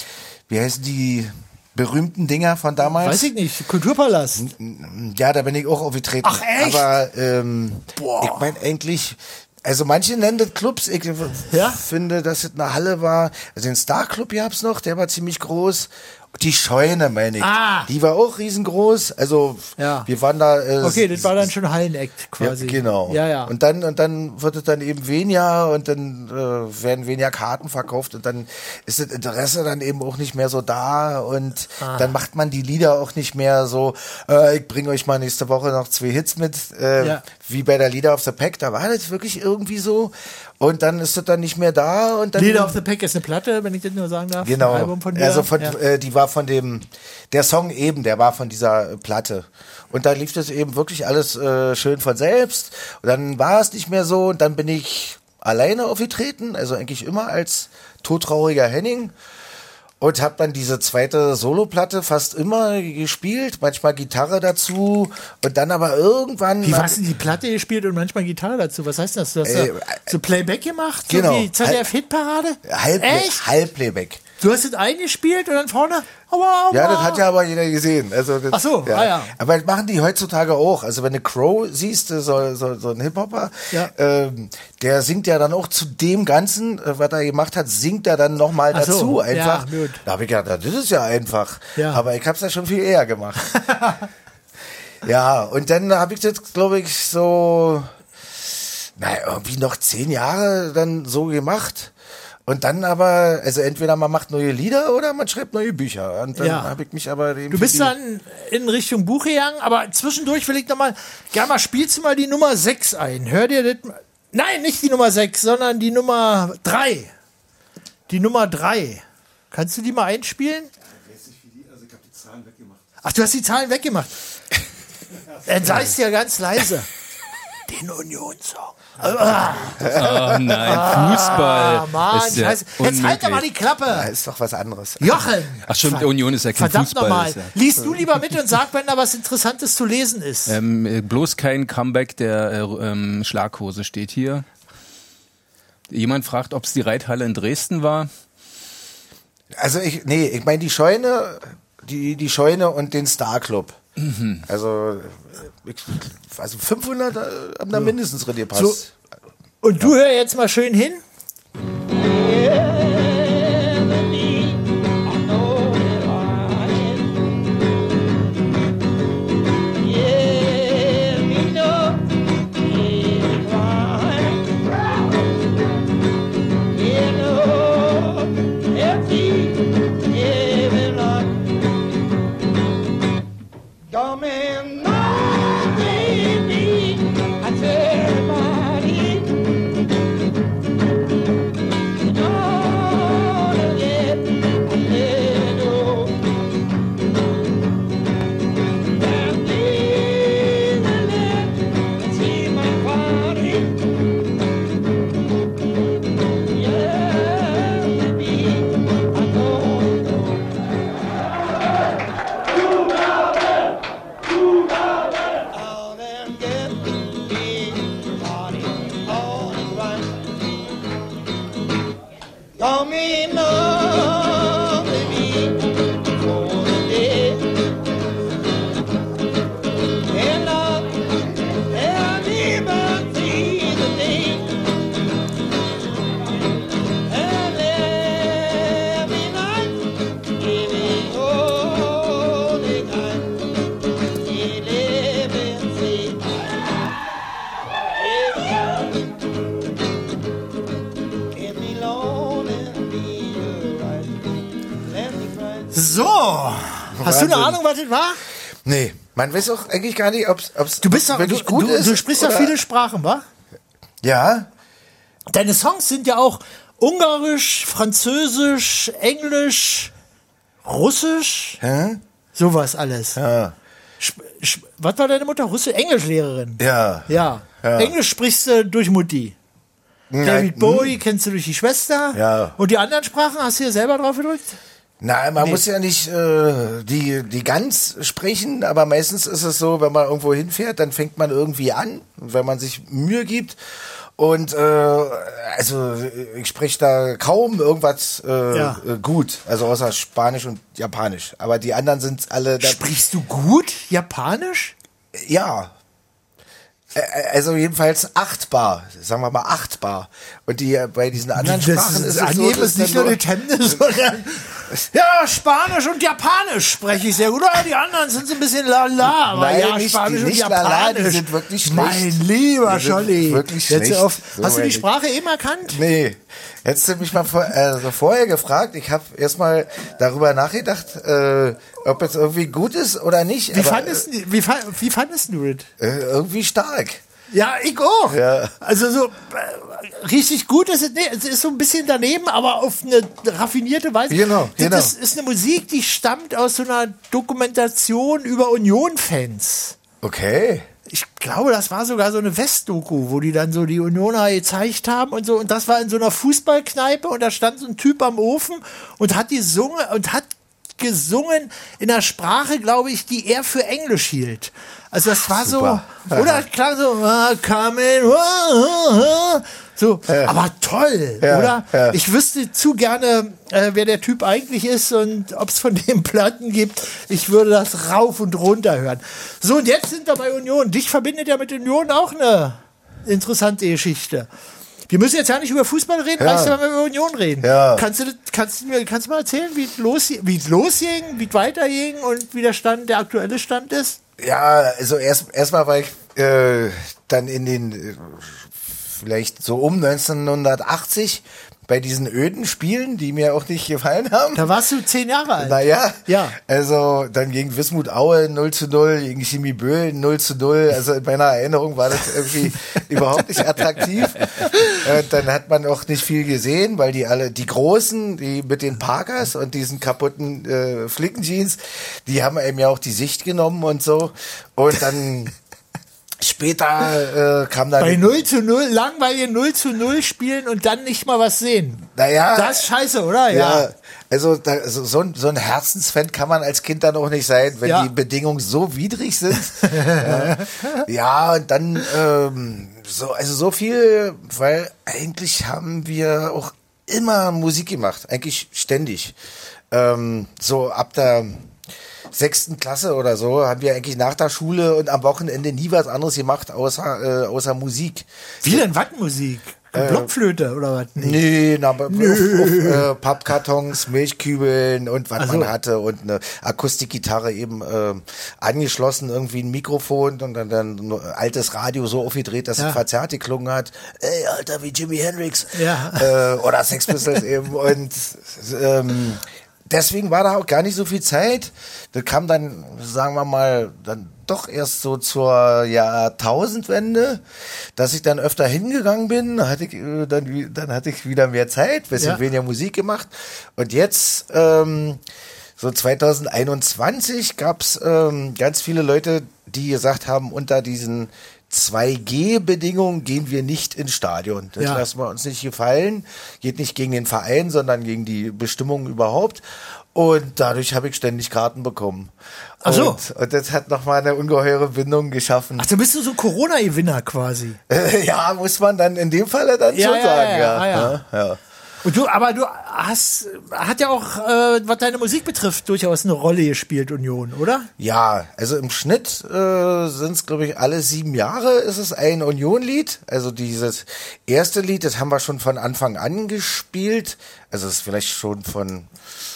die berühmten Dinger von damals? Weiß ich nicht, Kulturpalast. Ja, da bin ich auch aufgetreten. Ach echt? Aber ich meine eigentlich, also manche nennen das Clubs, ich finde, dass es eine Halle war, also den Star Club gab's noch, der war ziemlich groß. Die Scheune, meine ich. Die war auch riesengroß. Also wir waren da. Okay, das war dann schon Hallenakt quasi. Ja, genau. Ja. Und dann wird es dann eben weniger und dann werden weniger Karten verkauft und dann ist das Interesse dann eben auch nicht mehr so da und dann macht man die Lieder auch nicht mehr so. Ich bringe euch mal nächste Woche noch 2 Hits mit, wie bei der Leader of the Pack. Da war das wirklich irgendwie so. Und dann ist das dann nicht mehr da. Und dann Leader of the Pack ist eine Platte, wenn ich das nur sagen darf. Genau. Ein Album von dir. Also die war von der Song eben, der war von dieser Platte. Und da lief das eben wirklich alles schön von selbst. Und dann war es nicht mehr so. Und dann bin ich alleine aufgetreten, also eigentlich immer als todtrauriger Henning. Und habe dann diese zweite Soloplatte fast immer gespielt, manchmal Gitarre dazu und dann aber irgendwann... Wie hast du die Platte gespielt und manchmal Gitarre dazu? Was heißt das? Du hast so Playback gemacht? Genau. So wie ZDF-Hitparade? Echt? Halbplayback. Du hast es eingespielt und dann vorne... Ja, das hat ja aber jeder gesehen. Also das, ach so, ja. Aber das machen die heutzutage auch. Also wenn du Crow siehst, so ein Hip-Hopper, der singt ja dann auch zu dem Ganzen, was er gemacht hat, singt er dann nochmal dazu einfach. Ja, da habe ich gedacht, das ist ja einfach. Ja. Aber ich habe es ja schon viel eher gemacht. Ja, und dann habe ich das, glaube ich, so, irgendwie noch 10 Jahre dann so gemacht. Und dann aber, also entweder man macht neue Lieder oder man schreibt neue Bücher. Und dann habe ich mich aber... Du bist dann in Richtung Buch gegangen, aber zwischendurch will ich gerne mal, spielst du mal die Nummer 6 ein. Hör dir das mal... Nein, nicht die Nummer 6, sondern die Nummer 3. Die Nummer 3. Kannst du die mal einspielen? Ich weiß nicht, also ich habe die Zahlen weggemacht. Ach, du hast die Zahlen weggemacht. Dann sagst du ja ganz leise. Den Union-Song. Oh nein, Fußball. Mann, jetzt halt doch mal die Klappe. Das ist doch was anderes. Jochen. Ach stimmt, Union ist ja kein verdammt Fußball. Nochmal. Liest du lieber mit und sag, wenn da was Interessantes zu lesen ist. Bloß kein Comeback der Schlaghose steht hier. Jemand fragt, ob es die Reithalle in Dresden war. Also ich meine die Scheune, die Scheune und den Star Club. Mhm. Also 500 haben da mindestens drin gepasst. So. Und du hör jetzt mal schön hin. So, hast du eine Ahnung, was das war? Nee, man weiß auch eigentlich gar nicht, ob's Du bist doch, wirklich gut ist. Du sprichst ja viele Sprachen, wa? Ja. Deine Songs sind ja auch Ungarisch, Französisch, Englisch, Russisch, sowas alles. Ja. Was war deine Mutter? Englischlehrerin? Ja. Ja. Englisch sprichst du durch Mutti. David Bowie kennst du durch die Schwester. Ja. Und die anderen Sprachen hast du hier selber drauf gedrückt? Nein, man muss ja nicht die ganz sprechen, aber meistens ist es so, wenn man irgendwo hinfährt, dann fängt man irgendwie an, wenn man sich Mühe gibt. Und also ich spreche da kaum irgendwas gut, also außer Spanisch und Japanisch. Aber die anderen sind alle... Sprichst du gut Japanisch? Ja. Also jedenfalls 8 Bar, sagen wir mal 8 Bar. Und die bei diesen anderen Sprachen ist es so, ist nicht nur die Tennis, sondern ja, Spanisch und Japanisch spreche ich sehr gut. Ja, die anderen sind so ein bisschen lala, aber nein, ja, nicht, Spanisch die und nicht Japanisch. Lala, die sind wirklich schlecht. Mein lieber Scholli. Wirklich Jetzt schlecht. hast du die Sprache eben erkannt? Nee. Hättest du mich mal vorher gefragt, ich habe erstmal darüber nachgedacht, ob es irgendwie gut ist oder nicht. Wie fandest du das? Irgendwie stark. Ja, ich auch. Ja. Also so richtig gut ist es nicht. Es ist so ein bisschen daneben, aber auf eine raffinierte Weise. Genau. Das ist eine Musik, die stammt aus so einer Dokumentation über Union-Fans. Okay. Ich glaube, das war sogar so eine Westdoku, wo die dann so die Unioner gezeigt haben und so. Und das war in so einer Fußballkneipe und da stand so ein Typ am Ofen und hat gesungen in einer Sprache, glaube ich, die er für Englisch hielt. Also das war super. So, oder klang so, so, aber toll, oder? Ja. Ich wüsste zu gerne, wer der Typ eigentlich ist und ob es von dem Platten gibt. Ich würde das rauf und runter hören. So, und jetzt sind wir bei Union. Dich verbindet ja mit Union auch eine interessante Geschichte. Wir müssen jetzt ja nicht über Fußball reden, reicht ja, wenn wir über Union reden. Ja. Kannst du mal erzählen, wie es losging, wie es weiterging und wie der aktuelle Stand ist? Ja, also erstmal war ich dann in den vielleicht so um 1980 bei diesen öden Spielen, die mir auch nicht gefallen haben. Da warst du 10 Jahre alt. Naja, ja. Also dann gegen Wismut Aue 0:0, gegen Chemie Böhl 0:0. Also in meiner Erinnerung war das irgendwie überhaupt nicht attraktiv. Dann hat man auch nicht viel gesehen, weil die Großen, die mit den Parkers und diesen kaputten Flickenjeans, die haben einem ja auch die Sicht genommen und so. Und dann... Später kam dann... Bei 0:0, langweilige 0:0 spielen und dann nicht mal was sehen. Naja. Das ist scheiße, oder? Ja. Also so ein Herzensfan kann man als Kind dann auch nicht sein, wenn die Bedingungen so widrig sind. Ja, und dann so viel, weil eigentlich haben wir auch immer Musik gemacht, eigentlich ständig. So ab der 6. Klasse oder so haben wir eigentlich nach der Schule und am Wochenende nie was anderes gemacht, außer Musik. Wie denn? Was Musik? Blockflöte oder was? Nee, auf Pappkartons, Milchkübeln und was man hatte und eine Akustikgitarre eben angeschlossen, irgendwie ein Mikrofon und dann ein altes Radio so aufgedreht, dass es verzerrt geklungen hat. Ey, Alter, wie Jimi Hendrix. Ja. Oder Sex Pistols eben und deswegen war da auch gar nicht so viel Zeit. Das kam dann, sagen wir mal, dann doch erst so zur Jahrtausendwende, dass ich dann öfter hingegangen bin. Dann hatte ich wieder mehr Zeit, bisschen weniger Musik gemacht. Und jetzt, so 2021, gab's ganz viele Leute, die gesagt haben, unter diesen 2G-Bedingungen gehen wir nicht ins Stadion. Das lassen wir uns nicht gefallen. Geht nicht gegen den Verein, sondern gegen die Bestimmungen überhaupt. Und dadurch habe ich ständig Karten bekommen. Ach so. Und das hat nochmal eine ungeheure Bindung geschaffen. Ach, du bist so Corona-Gewinner quasi. Ja, muss man dann in dem Falle dann schon sagen. Ja. Und hat ja auch, was deine Musik betrifft, durchaus eine Rolle gespielt, Union, oder? Ja, also im Schnitt sind es, glaube ich, alle 7 Jahre ist es ein Union-Lied. Also dieses erste Lied, das haben wir schon von Anfang an gespielt. Also es ist vielleicht schon von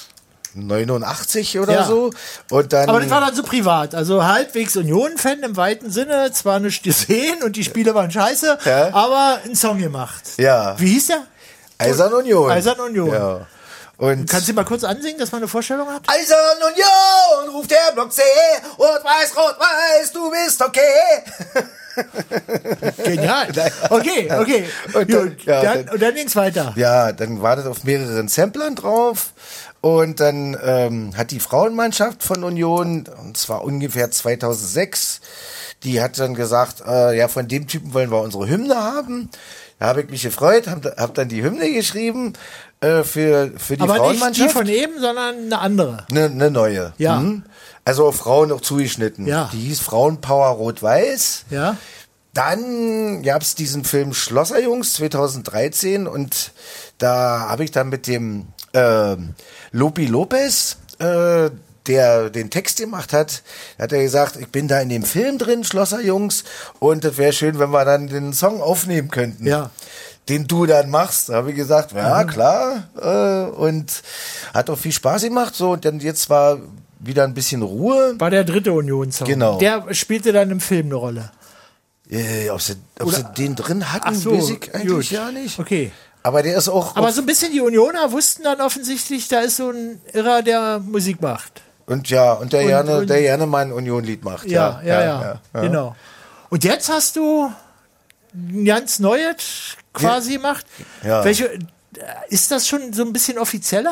89 oder so. Und dann, aber das war dann so privat, also halbwegs Union-Fan im weiten Sinne, zwar nicht gesehen und die Spiele waren scheiße, aber einen Song gemacht. Ja. Wie hieß der? Eisern Union. Eisern Union. Ja. Und kannst du mal kurz ansingen, dass man eine Vorstellung hat? Eisern Union, ruft der Block C, rot-weiß, du bist okay. Genial. Okay. Und dann ging's weiter. Ja, dann war das auf mehreren Samplern drauf. Und dann hat die Frauenmannschaft von Union, und zwar ungefähr 2006, die hat dann gesagt, ja, von dem Typen wollen wir unsere Hymne haben. Da habe ich mich gefreut, hab dann die Hymne geschrieben für die aber Frauenmannschaft. Aber nicht die von eben, sondern eine andere. Eine neue. Ja. Also auf Frauen auch zugeschnitten. Ja. Die hieß Frauenpower Rot-Weiß. Ja. Dann gab's diesen Film Schlosserjungs 2013 und da habe ich dann mit dem Lopi Lopez, der den Text gemacht hat er gesagt, ich bin da in dem Film drin, Schlosserjungs, und es wäre schön, wenn wir dann den Song aufnehmen könnten. Ja. Den du dann machst. Da habe ich gesagt, ja, klar. Und hat auch viel Spaß gemacht. So, und dann jetzt war wieder ein bisschen Ruhe. War der dritte Union-Song. Genau. Der spielte dann im Film eine Rolle. Ob sie den drin hatten, so, weiß ich eigentlich ja nicht. Okay. Aber der ist auch... Aber so ein bisschen die Unioner wussten dann offensichtlich, da ist so ein Irrer, der Musik macht. Und ja, und der gerne mal ein Union-Lied macht. Ja, genau. Und jetzt hast du ein ganz neues quasi gemacht. Ja. Ist das schon so ein bisschen offizieller?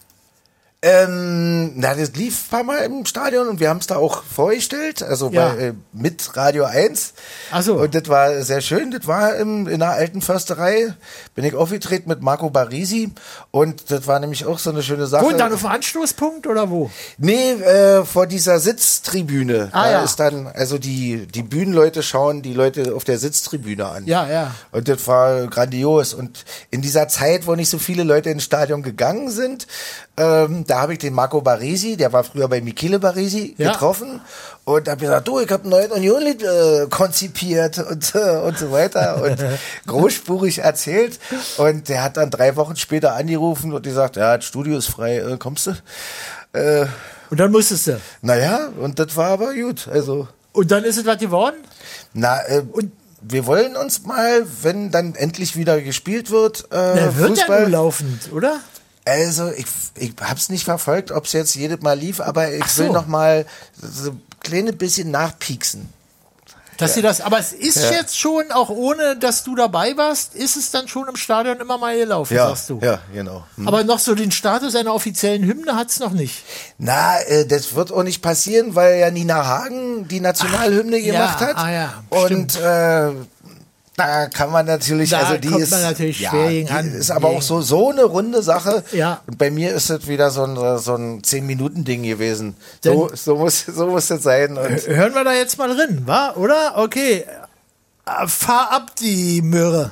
Das lief ein paar Mal im Stadion und wir haben es da auch vorgestellt, also mit Radio 1. Ach so. Und das war sehr schön, das war in der alten Försterei, bin ich aufgetreten mit Marco Barisi und das war nämlich auch so eine schöne Sache. Wo, dann auf dem Anstoßpunkt oder wo? Nee, vor dieser Sitztribüne. Ist dann, also die Bühnenleute schauen die Leute auf der Sitztribüne an. Ja. Und das war grandios. Und in dieser Zeit, wo nicht so viele Leute ins Stadion gegangen sind, da habe ich den Marco Baresi, der war früher bei Michele Baresi, getroffen und habe gesagt, du, ich habe ein neues Union-Lied konzipiert und so weiter und großspurig erzählt. Und der hat dann 3 Wochen später angerufen und gesagt, ja, das Studio ist frei, kommst du? Und dann musstest du? Naja, und das war aber gut. Also. Und dann ist es was geworden? Und wir wollen uns mal, wenn dann endlich wieder gespielt wird, wird Fußball. Ja nur laufend, oder? Also, ich hab's nicht verfolgt, ob es jetzt jedes Mal lief, aber ich will noch mal so ein kleines bisschen nachpieksen. Dass sie das, aber es ist jetzt schon, auch ohne, dass du dabei warst, ist es dann schon im Stadion immer mal gelaufen, sagst du? Ja, genau. Aber noch so den Status einer offiziellen Hymne hat's noch nicht. Na, das wird auch nicht passieren, weil ja Nina Hagen die Nationalhymne gemacht hat. Und da kann man natürlich, die kommt ist, man natürlich schwer gegen an. Ist aber auch so eine runde Sache. Ja. Und bei mir ist das wieder so ein 10-Minuten-Ding gewesen. So muss das sein. Und hören wir da jetzt mal drin, wa? Oder? Okay. Fahr ab, die Möhre.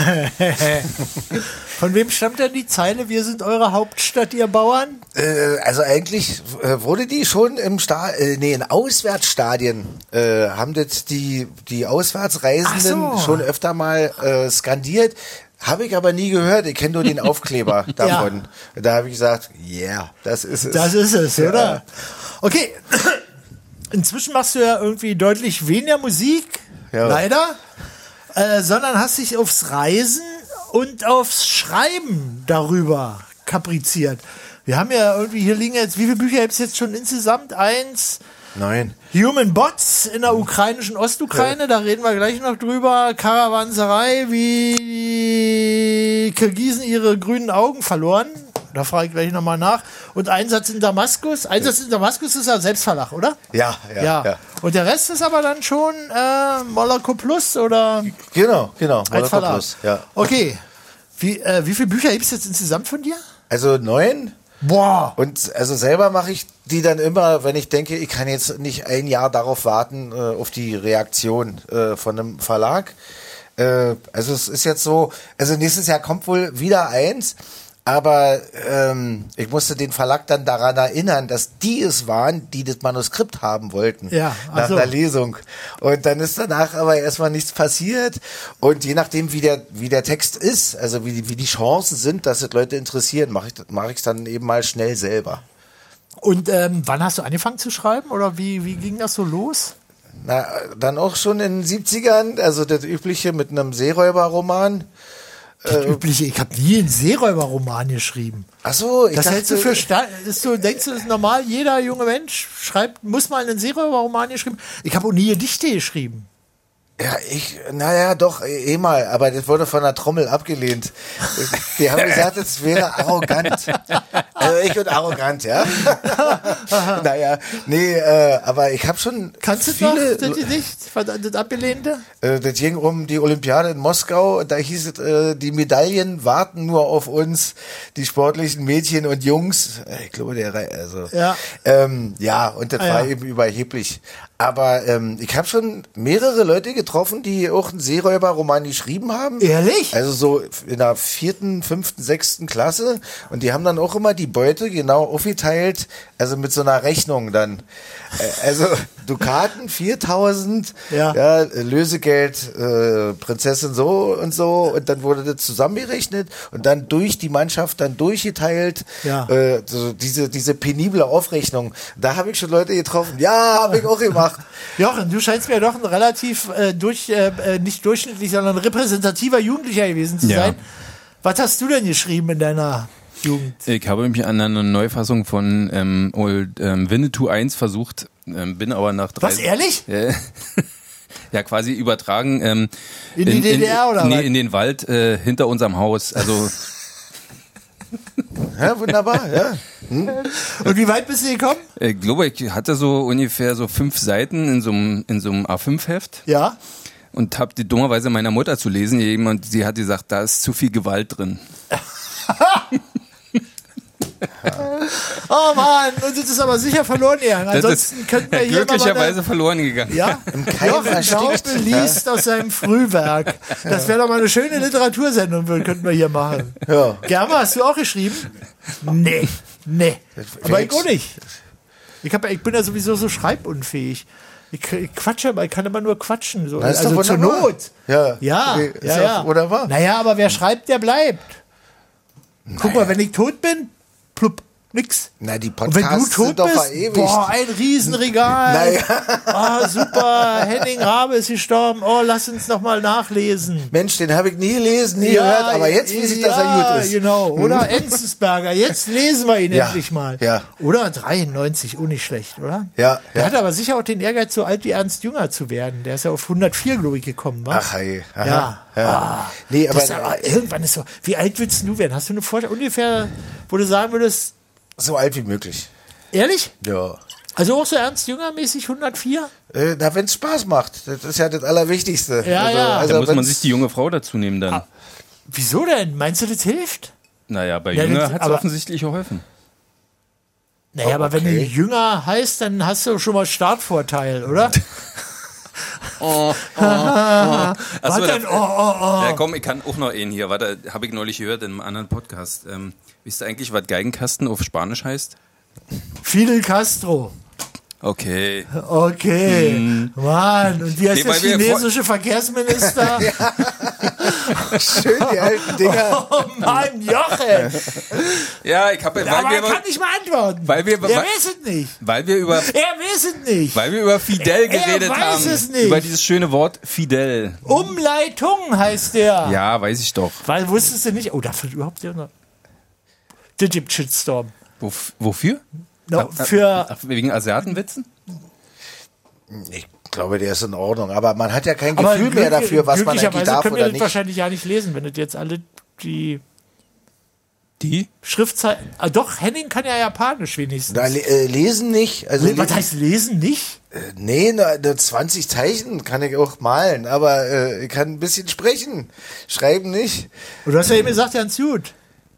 Von wem stammt denn die Zeile, wir sind eure Hauptstadt, ihr Bauern? Also eigentlich wurde die schon in Auswärtsstadien haben das die Auswärtsreisenden schon öfter mal skandiert. Habe ich aber nie gehört. Ich kenne nur den Aufkleber davon. Ja. Da habe ich gesagt, das ist es. Das ist es, oder? Okay. Inzwischen machst du ja irgendwie deutlich weniger Musik, leider, sondern hast dich aufs Reisen und aufs Schreiben darüber kapriziert. Wir haben ja irgendwie, hier liegen jetzt, wie viele Bücher gibt es jetzt schon insgesamt? 9. Human Bots in der ukrainischen Ostukraine, da reden wir gleich noch drüber. Karawanserei, wie Kirgisen ihre grünen Augen verloren. Da frage ich gleich nochmal nach. Und Einsatz in Damaskus. Einsatz in Damaskus ist ja Selbstverlag, oder? Ja. Und der Rest ist aber dann schon Moloko Plus oder? Genau. Moloko Plus, ja. Okay. Wie viele Bücher gibt es jetzt insgesamt von dir? Also 9. Boah. Und also selber mache ich die dann immer, wenn ich denke, ich kann jetzt nicht ein Jahr darauf warten, auf die Reaktion von einem Verlag. Also es ist jetzt so, also nächstes Jahr kommt wohl wieder eins. Aber ich musste den Verlag dann daran erinnern, dass die es waren, die das Manuskript haben wollten nach der Lesung. Und dann ist danach aber erstmal nichts passiert. Und je nachdem, wie der Text ist, also wie die Chancen sind, dass es Leute interessieren, mache ich es dann eben mal schnell selber. Und wann hast du angefangen zu schreiben? Oder wie ging das so los? Na, dann auch schon in den 70ern, also das Übliche mit einem Seeräuberroman. Das Übliche, ich habe nie einen Seeräuberroman geschrieben. Ach so, das hältst du für denkst du, das ist normal? Jeder junge Mensch muss mal einen Seeräuberroman geschrieben. Ich habe auch nie Gedichte geschrieben. Ja, doch, mal, aber das wurde von der Trommel abgelehnt. Die haben gesagt, es wäre arrogant. Also ich bin arrogant, ja. Aber ich habe schon Kannst viele... du noch das Gedicht, das Abgelehnte? Das ging um die Olympiade in Moskau und da hieß es, die Medaillen warten nur auf uns, die sportlichen Mädchen und Jungs. Ich glaube, und das war eben überheblich. Aber ich habe schon mehrere Leute getroffen, die auch einen Seeräuberroman geschrieben haben. Ehrlich? Also so in der 4., 5., 6. Klasse. Und die haben dann auch immer die Beute genau aufgeteilt, also mit so einer Rechnung dann. Also Dukaten 4.000, Lösegeld, Prinzessin so und so. Und dann wurde das zusammengerechnet und dann durch die Mannschaft dann durchgeteilt. Ja. So diese penible Aufrechnung. Da habe ich schon Leute getroffen. Ja, habe ich auch gemacht. Jochen, du scheinst mir doch ein relativ nicht durchschnittlich, sondern repräsentativer Jugendlicher gewesen zu sein. Was hast du denn geschrieben in deiner Jugend? Ich habe mich an einer Neufassung von Winnetou 1 versucht, bin aber nach 3... Was, ehrlich? Ja, quasi übertragen. In die DDR oder was? Nee, in den Wald hinter unserem Haus. Also... Ja, wunderbar, ja. Und wie weit bist du gekommen? Ich glaube, ich hatte so ungefähr so 5 Seiten in so einem A5-Heft. Ja. Und habe die dummerweise meiner Mutter zu lesen gegeben und sie hat gesagt, da ist zu viel Gewalt drin. Oh Mann, und das ist aber sicher verloren gegangen. Ansonsten könnten wir hier glücklicherweise verloren gegangen. Ja, Jochen Schaupel liest aus seinem Frühwerk. Das wäre doch mal eine schöne Literatursendung, könnten wir hier machen. Ja. Germa, hast du auch geschrieben? Nee. Aber ich auch nicht. Ich bin ja sowieso so schreibunfähig. Ich quatsche, aber ich kann immer nur quatschen. So. Das ist also doch zur Not. Ja. Okay, ja. Wunderbar. Naja, aber wer schreibt, der bleibt. Guck mal, wenn ich tot bin, plupp, nix. Na, die und wenn du tot bist, verewigt. Boah, ein Riesenregal. Naja. Super, Henning Rabe ist gestorben. Oh, lass uns noch mal nachlesen. Mensch, den habe ich nie gelesen, nie gehört, aber jetzt weiß ich, dass er gut ist. Genau. Oder Enzensberger, jetzt lesen wir ihn endlich mal. Ja. Oder 93, auch nicht schlecht, oder? Ja. Der hat aber sicher auch den Ehrgeiz, so alt wie Ernst Jünger zu werden. Der ist ja auf 104, glaube ich, gekommen, wa? Ach, hey. Ja. Nee, aber irgendwann ist so. Wie alt willst du werden? Hast du eine Vorstellung ungefähr, wo du sagen würdest, so alt wie möglich. Ehrlich? Ja. Also auch so Ernst-Jünger-mäßig 104? Na, wenn es Spaß macht. Das ist ja das Allerwichtigste. Ja, da muss man sich die junge Frau dazu nehmen dann. Wieso denn? Meinst du, das hilft? Naja, bei Jünger hat es offensichtlich geholfen. Naja, aber wenn du Jünger heißt, dann hast du schon mal Startvorteil, oder? Was denn? Ja, komm, ich kann auch noch einen hier. Warte, habe ich neulich gehört in einem anderen Podcast. Wisst ihr eigentlich, was Geigenkasten auf Spanisch heißt? Fidel Castro. Okay. Mann, und wie heißt der chinesische Verkehrsminister? Schön, die alten Dinger. Oh Mann, Jochen. Ja, ich habe... Aber er kann nicht mal antworten. Er weiß es nicht. Weil wir über Fidel geredet haben. Es nicht. Über dieses schöne Wort Fidel. Umleitung heißt der. Ja, weiß ich doch. Weil wusstest du nicht... Oh, da wird überhaupt noch... Das gibt Shitstorm. Wofür? No, wegen Asiatenwitzen? Ich glaube, der ist in Ordnung. Aber man hat ja kein Gefühl mehr dafür, was man eigentlich darf können wir oder das nicht. Wahrscheinlich ja nicht lesen, wenn das jetzt alle die Schriftzeichen... doch, Henning kann ja Japanisch wenigstens. Na, lesen nicht. Also was heißt lesen nicht? Nee, 20 Zeichen kann ich auch malen. Aber ich kann ein bisschen sprechen. Schreiben nicht. Und du hast ja eben gesagt, ganz gut.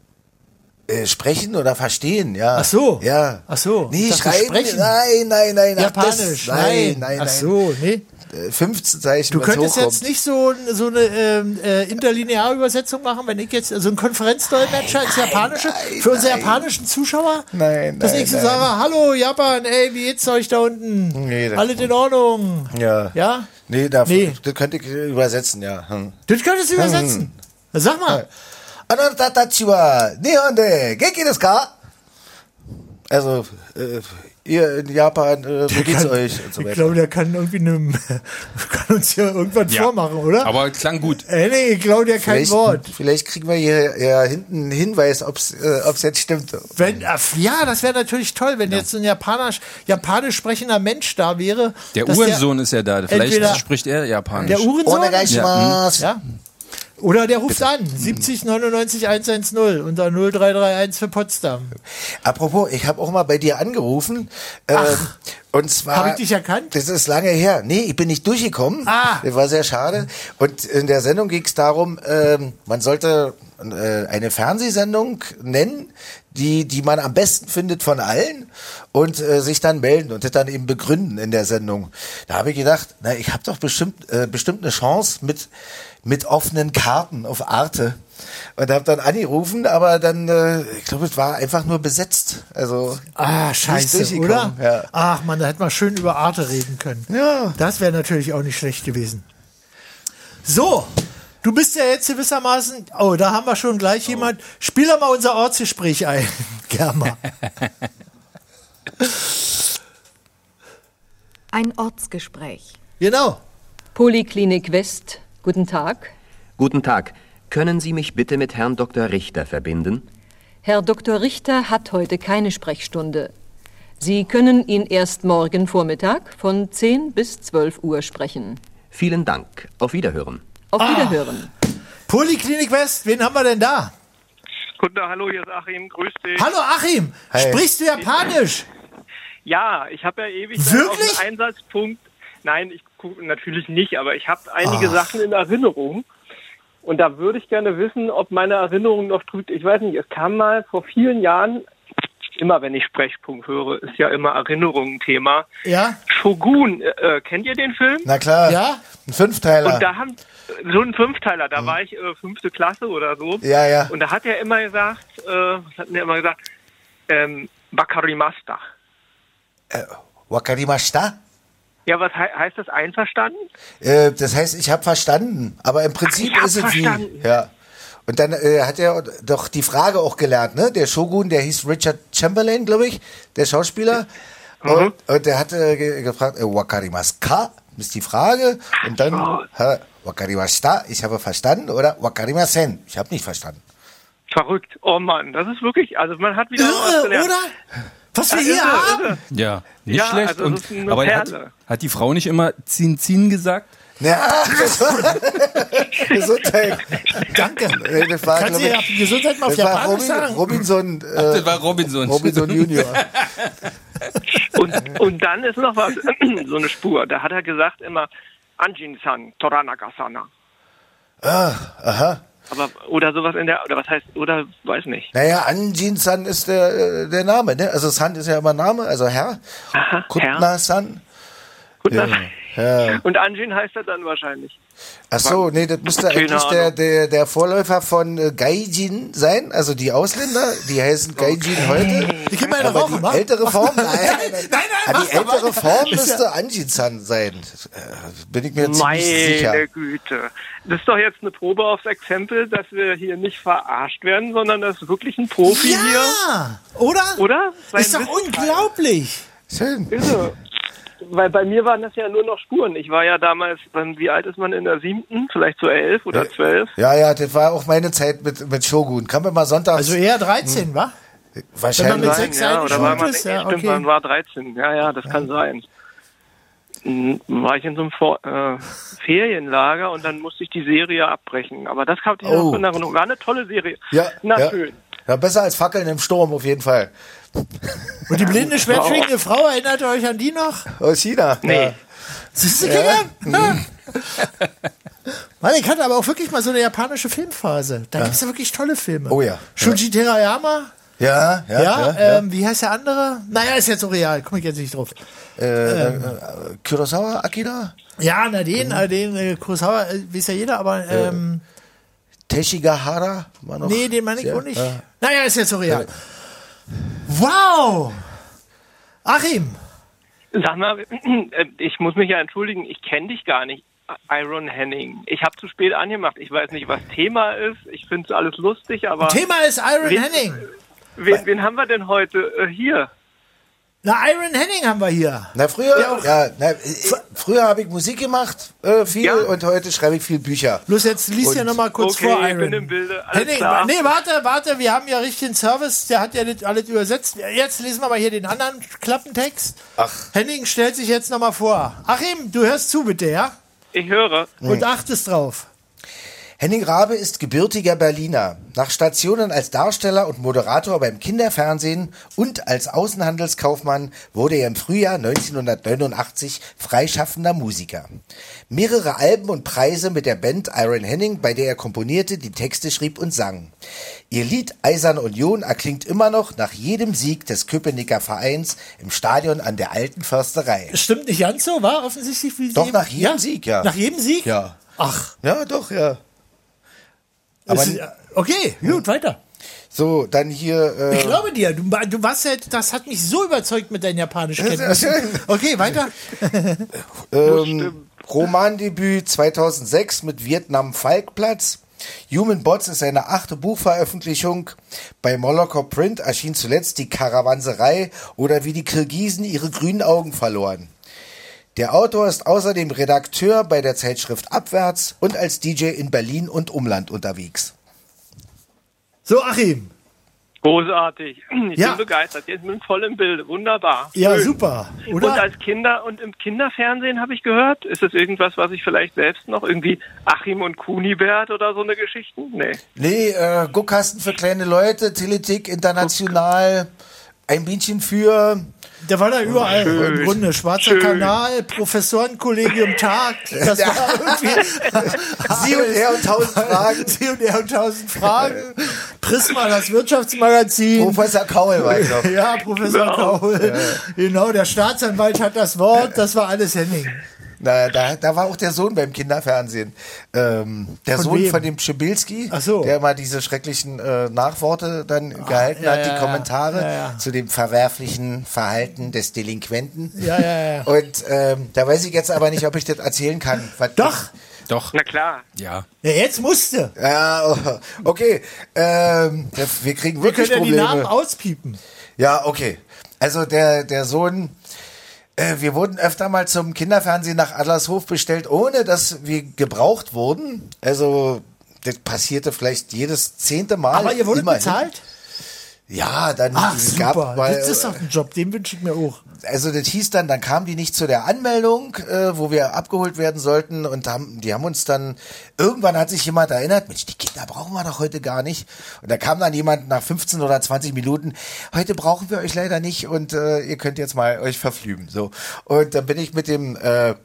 Sprechen oder verstehen, ja. Ach so. Ja. Ach so. Nee, schreiben. Sprechen. Nein. Japanisch. Nein. Ach so, nee. 15 Zeichen. Du könntest jetzt nicht so eine interlineare Übersetzung machen, wenn ich jetzt so ein Konferenzdolmetscher ins Japanische für unsere japanischen Zuschauer? Nein. Dass ich so sage, hallo Japan, ey, wie geht's euch da unten? Nee, alles in Ordnung? Ja. Ja? Nee, das könnte ich übersetzen, ja. Das könntest du übersetzen? Sag mal. Anatatachi wa Nihon de genki desu ka? Also, ihr in Japan, wie geht's euch? Und so weiter. Ich glaube, der kann irgendwie kann uns hier irgendwas vormachen, oder? Aber klang gut. Nee, ich glaube, der kein Wort. Vielleicht kriegen wir hier hinten einen Hinweis, ob's jetzt stimmt. Ja, das wäre natürlich toll, wenn jetzt ein japanisch sprechender Mensch da wäre. Der Uhrensohn ist ja da. Vielleicht spricht er Japanisch. Der Uhrensohn? Ja. Oder der ruft an, 70 99 110 unter 0331 für Potsdam. Apropos, ich habe auch mal bei dir angerufen. Und zwar... Habe ich dich erkannt? Das ist lange her. Nee, ich bin nicht durchgekommen. Das war sehr schade. Und in der Sendung ging es darum, man sollte eine Fernsehsendung nennen, die man am besten findet von allen und sich dann melden und das dann eben begründen in der Sendung. Da habe ich gedacht, ich habe doch bestimmt eine Chance mit offenen Karten auf Arte und habe dann angerufen, aber dann, ich glaube, es war einfach nur besetzt. Also scheiße, oder? Ja. Ach man, da hätte man schön über Arte reden können. Ja. Das wäre natürlich auch nicht schlecht gewesen. So, du bist ja jetzt gewissermaßen, da haben wir schon gleich jemand. Spiel doch mal unser Ortsgespräch ein, Germa. Ein Ortsgespräch. Genau. Poliklinik West, guten Tag. Guten Tag. Können Sie mich bitte mit Herrn Dr. Richter verbinden? Herr Dr. Richter hat heute keine Sprechstunde. Sie können ihn erst morgen Vormittag von 10 bis 12 Uhr sprechen. Vielen Dank. Auf Wiederhören. Auf Wiederhören. Poliklinik West, wen haben wir denn da? Guten Tag, hallo, hier ist Achim, grüß dich. Hallo Achim, sprichst du Japanisch? Ja, ich habe ja ewig Wirklich? auf den Einsatzpunkt. Nein, ich gucke natürlich nicht, aber ich habe einige Sachen in Erinnerung. Und da würde ich gerne wissen, ob meine Erinnerung noch trügt. Ich weiß nicht, es kam mal vor vielen Jahren, immer wenn ich Sprechpunkt höre, ist ja immer Erinnerung ein Thema. Ja. Shogun, kennt ihr den Film? Na klar, ja? Ein Fünfteiler. Und da haben so ein Fünfteiler, da war ich 5. Klasse oder so. Ja, ja. Und da hat er immer gesagt, Wakarimashita. Wakarimashita? Ja, was heißt das, einverstanden? Das heißt, ich habe verstanden. Aber im Prinzip ist es wie. Ja. Und dann hat er doch die Frage auch gelernt, ne? Der Shogun, der hieß Richard Chamberlain, glaube ich, der Schauspieler. Und der hatte gefragt, Wakarimasu ist die Frage. Und dann Wakarimashita, ich habe verstanden, oder Wakarimasen, ich habe nicht verstanden. Verrückt. Oh Mann, das ist wirklich, also man hat wieder was gelernt. Oder? Was wir hier haben? Ja, nicht schlecht. Also das ist eine aber Perle. hat die Frau nicht immer Zin gesagt? Ja, Gesundheit. Danke. Das war, Kannst du ja Gesundheit mal auf Japanisch sagen? Robinson. Das war Robinson. Robinson Junior. Und dann ist noch was, so eine Spur. Da hat er gesagt immer, Anjin-san, Toranaka-sana. Aha. Aber, oder sowas in der, oder was heißt, oder, weiß nicht. Naja, Anjin-san ist der Name, ne? Also San ist ja immer Name, also Herr. Kutna-san. Kutna, Ja. Und Anjin heißt er dann wahrscheinlich. Ach so, nee, das müsste Keine eigentlich der Vorläufer von Gaijin sein. Also die Ausländer, die heißen Gaijin heute. Ich kann mal eine Aber Rauche die machen. ältere Form, nein, die ältere Form Ist müsste Anjin-san sein. Bin ich mir ziemlich sicher. Meine Güte. Das ist doch jetzt eine Probe aufs Exempel, dass wir hier nicht verarscht werden, sondern das ist wirklich ein Profi hier. Ja, oder? Oder? Ist doch unglaublich. Schön. Irre. Weil bei mir waren das ja nur noch Spuren. Ich war ja damals, wie alt ist man in der 7.? Vielleicht so 11 oder 12? Ja, das war auch meine Zeit mit Shogun. Kann man mal sonntags... Also eher 13, wa? Wahrscheinlich. Wenn man mit 6 ja, oder war man, ist, ja, stimmt, okay. man war 13. Ja, das kann sein. War ich in so einem Ferienlager und dann musste ich die Serie abbrechen. Aber das hatte ich noch in Erinnerung. War eine tolle Serie. Ja, Na schön. Ja, besser als Fackeln im Sturm auf jeden Fall. Und die blinde, schwertschwingende Frau, erinnert ihr euch an die noch? Aus China. Nee. Ja. Siehst du, Kinder? Ja. Mann, ich hatte aber auch wirklich mal so eine japanische Filmphase. Da gibt's ja wirklich tolle Filme. Oh ja. Shuji Terayama. Ja. Wie heißt der andere? Naja, ist jetzt so real. Komme ich jetzt nicht drauf. Kurosawa, Akira? Ja, den Kurosawa, weiß ja jeder, aber Teshigahara war noch. nee, den meine ich sehr, auch nicht. Naja, ist jetzt so real. Wow! Achim! Sag mal, ich muss mich ja entschuldigen, ich kenne dich gar nicht, Iron Henning. Ich habe zu spät angemacht. Ich weiß nicht, was Thema ist. Ich finde es alles lustig, aber... Thema ist Iron Henning. Wen haben wir denn heute hier? Na, Iron Henning haben wir hier. Na, früher habe ich Musik gemacht, viel, und heute schreibe ich viel Bücher. Los, jetzt liest ja noch mal kurz vor, Iron. Ich bin im Bilde. Alles Henning, klar. nee, warte, wir haben ja richtig einen Service, der hat ja das alles übersetzt. Jetzt lesen wir mal hier den anderen Klappentext. Ach. Henning stellt sich jetzt noch mal vor. Achim, du hörst zu, bitte, ja? Ich höre. Und achtest drauf. Henning Rabe ist gebürtiger Berliner. Nach Stationen als Darsteller und Moderator beim Kinderfernsehen und als Außenhandelskaufmann wurde er im Frühjahr 1989 freischaffender Musiker. Mehrere Alben und Preise mit der Band Iron Henning, bei der er komponierte, die Texte schrieb und sang. Ihr Lied Eiserne Union erklingt immer noch nach jedem Sieg des Köpenicker Vereins im Stadion an der Alten Försterei. Stimmt nicht ganz so, war offensichtlich wie Doch, nach jedem Sieg, ja. Nach jedem Sieg? Ja. Ach. Ja, doch, ja. Aber okay, gut, weiter. So, dann hier... ich glaube dir, du warst ja, das hat mich so überzeugt mit deinen japanischen Kenntnissen. Okay, weiter. Romandebüt 2006 mit Vietnam Falkplatz. Human Bots ist seine 8. Buchveröffentlichung. Bei Molokow Print erschien zuletzt die Karawanserei oder wie die Kirgisen ihre grünen Augen verloren. Der Autor ist außerdem Redakteur bei der Zeitschrift Abwärts und als DJ in Berlin und Umland unterwegs. So, Achim. Großartig. Ich bin begeistert. Jetzt bin ich voll im Bild. Wunderbar. Ja, schön. super. Oder? Und als Kinder und im Kinderfernsehen habe ich gehört, ist das irgendwas, was ich vielleicht selbst noch irgendwie Achim und Kunibert oder so eine Geschichten? Nee, Guckkasten für kleine Leute, Teletik International, ein Bienchen für... Der war da überall im Grunde. Schwarzer Kanal, Professorenkollegium Tag. Das war irgendwie... Sie und er und 1000 Fragen. Sie und er und 1000 Fragen. Prisma, das Wirtschaftsmagazin. Professor Kaul war ich noch. Ja, Professor Kaul. Ja. Genau, der Staatsanwalt hat das Wort. Das war alles Henning. Na, da war auch der Sohn beim Kinderfernsehen. Der Sohn von dem Pschibilski, der mal diese schrecklichen Nachworte dann gehalten hat, die Kommentare zu dem verwerflichen Verhalten des Delinquenten. Ja. Und da weiß ich jetzt aber nicht, ob ich das erzählen kann. Doch. Na klar. Ja. Ja, jetzt musste. Ja, okay. Wir kriegen wirklich können ja Probleme. Die Namen auspiepen. Ja, okay. Also der Sohn... wir wurden öfter mal zum Kinderfernsehen nach Adlershof bestellt, ohne dass wir gebraucht wurden. Also, das passierte vielleicht jedes 10. Mal. Aber ihr wurdet bezahlt? Ja, dann super. Das ist doch ein Job, den wünsche ich mir auch. Also das hieß dann kamen die nicht zu der Anmeldung, wo wir abgeholt werden sollten und die haben uns dann, irgendwann hat sich jemand erinnert, Mensch, die Kinder brauchen wir doch heute gar nicht. Und da kam dann jemand nach 15 oder 20 Minuten, heute brauchen wir euch leider nicht und ihr könnt jetzt mal euch verflügen. So. Und dann bin ich mit dem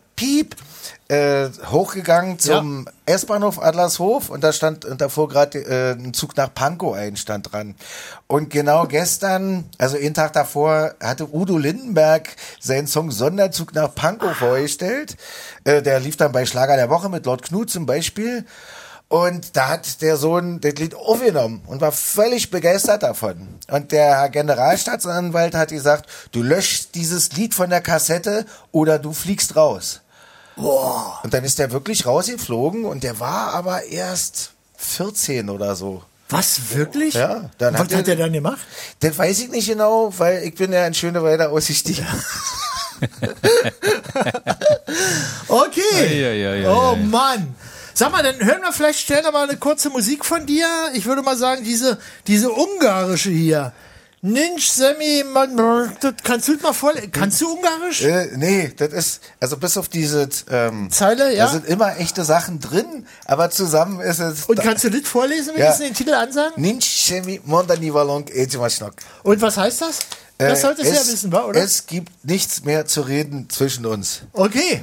piep, hochgegangen zum S-Bahnhof Adlershof und da stand, und davor gerade ein Zug nach Pankow stand dran. Und genau gestern, also einen Tag davor, hatte Udo Lindenberg seinen Song Sonderzug nach Pankow vorgestellt. Der lief dann bei Schlager der Woche mit Lord Knut zum Beispiel. Und da hat der Sohn das Lied aufgenommen und war völlig begeistert davon. Und der Herr Generalstaatsanwalt hat gesagt, du löschst dieses Lied von der Kassette oder du fliegst raus. Boah. Und dann ist der wirklich rausgeflogen und der war aber erst 14 oder so. Was, wirklich? Ja. Dann was hat er dann gemacht? Das weiß ich nicht genau, weil ich bin ja in Schöneweide ausgestiegen. Okay. Oh Mann. Sag mal, dann hören wir vielleicht, stellen wir mal eine kurze Musik von dir. Ich würde mal sagen, diese ungarische hier. Ninch Semi, das kannst du mal vorlesen. Kannst du Ungarisch? Nee, das ist, also bis auf diese Zeile, ja. Da sind immer echte Sachen drin, aber zusammen ist es. Und kannst du das vorlesen, wenn wir den Titel ansagen? Ninch Semi, Mondani Valong, Ejmashnok. Und was heißt das? Das solltest du ja wissen, wa, oder? Es gibt nichts mehr zu reden zwischen uns. Okay.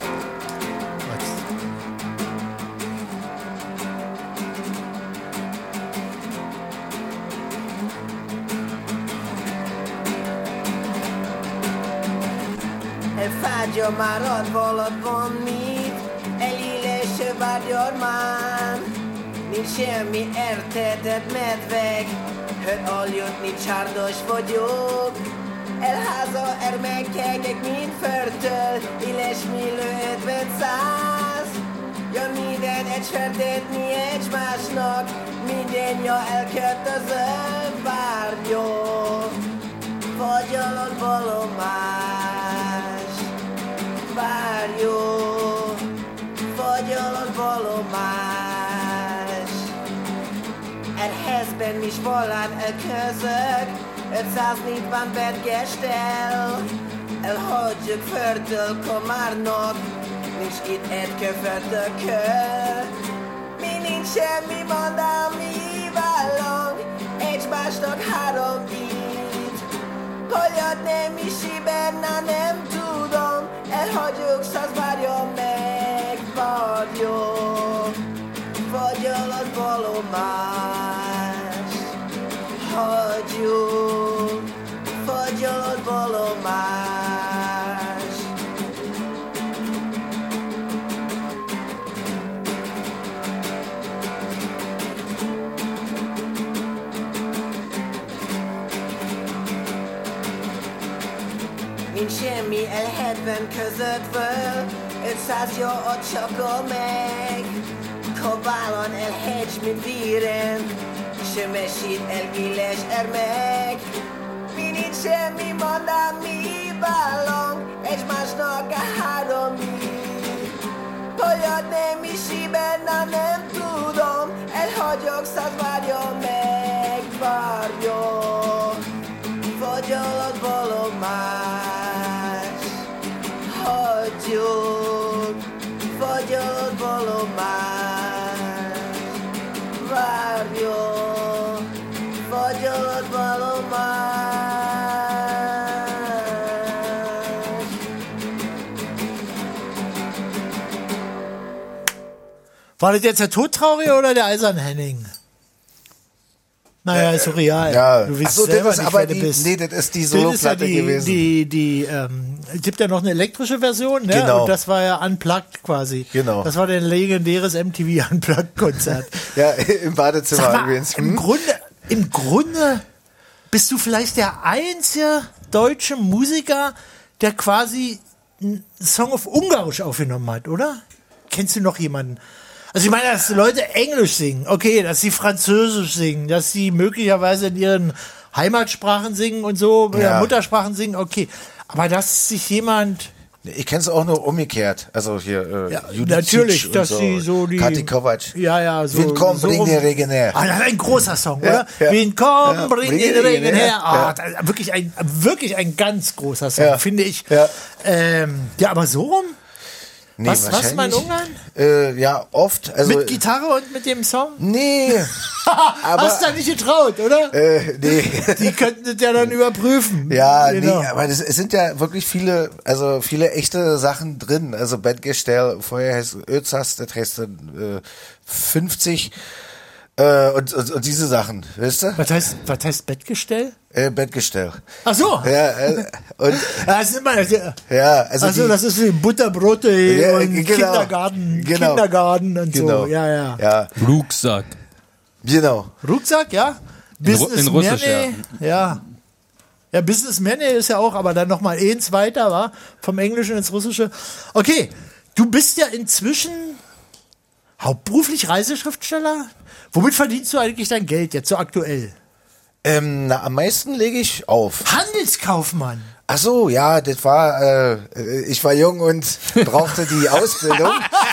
Fagyja már ad valad van mit, elillese vágyad már. Nincs semmi értetett medveg, hogy aljutni csárdos vagyok. Elháza ermekegek, mint förtöl, illes millő 50-100. Ja, minden egy ferdetni egymásnak, mindenja elköt az önvárgyok. Fagyalod valomás, várjuk, fagyalod valomás. Erhezben is valán elközök, 500 van bedgestel. Elhagyjuk förtől komárnak, nincs itt egy köfötökör. Mi nincs semmi mondám, mi vállunk, egymásnak 3 itt. Hogy nem is iberná, nem tudom, elhagyjuk, száz várjon meg, vagyok. Fagyalod valomás, hagyjuk, fagyalod valomás. Nincs semmi elhetven közöttből, 500 jó ott csakol meg. Kobálon elhegy, mint víren, sömesít elgilles ermek. Mi nincs semmi mondám, mi bálunk, egymásnak a 3 mi. Hogy nem is iberná, nem tudom, elhagyok, száz várjon meg, várjon. Fagyalod valomás, hagyjuk, fagyalod valomás, várjuk, fagyalod valomás. War das jetzt der Todtraurige oder der Eiserne Henning? Naja, ist so real. Ja. Du weißt Ach so, selber das ist nicht, aber wer du die, bist. nee, das ist die Solo-Platte gewesen. Es gibt ja noch eine elektrische Version, ne? Genau. Und das war ja Unplugged quasi. Genau. Das war ein legendäres MTV Unplugged-Konzert. Ja, im Badezimmer Sag mal, übrigens. im Grunde bist du vielleicht der einzige deutsche Musiker, der quasi einen Song auf Ungarisch aufgenommen hat, oder? Kennst du noch jemanden? Also ich meine, dass Leute Englisch singen, okay, dass sie Französisch singen, dass sie möglicherweise in ihren Heimatsprachen singen und so, Ja. Muttersprachen singen, okay. Aber dass sich jemand... Ich kenne es auch nur umgekehrt. Also hier Judicic natürlich, und dass so, sie so die... Kati Kovac. Ja, so... Willkommen, so bring den Regen her. Ah, das ist ein großer Song, Ja, oder? ja. Willkommen, Ja, bring den Regen her. Ah, Ja. das ist wirklich ein ganz großer Song, Ja. finde ich. Ja. Ja, aber so rum? Nee, was mal in Ungarn? Ja, oft. Also, mit Gitarre und mit dem Song? Nee. Aber, hast du da nicht getraut, oder? Nee. Die könnten das ja dann überprüfen. Ja, genau. Nee, aber es sind ja wirklich viele echte Sachen drin. Also Bettgestell, vorher heißt Özas, das heißt dann 50 und diese Sachen, weißt du? Was heißt Bettgestell? Bettgestell. Ach so. Ja, und das ist immer, ja, also das ist wie Butterbrote ja, und genau, Kindergarten und genau. so. Ja. Rucksack. Genau. Rucksack, ja. In Russisch, ja. Ja, Businessman ist ja auch, aber dann nochmal eins weiter, war vom Englischen ins Russische. Okay, du bist ja inzwischen hauptberuflich Reiseschriftsteller. Womit verdienst du eigentlich dein Geld jetzt so aktuell? Am meisten lege ich auf. Handelskaufmann. Ach so, ja, das war, ich war jung und brauchte die Ausbildung.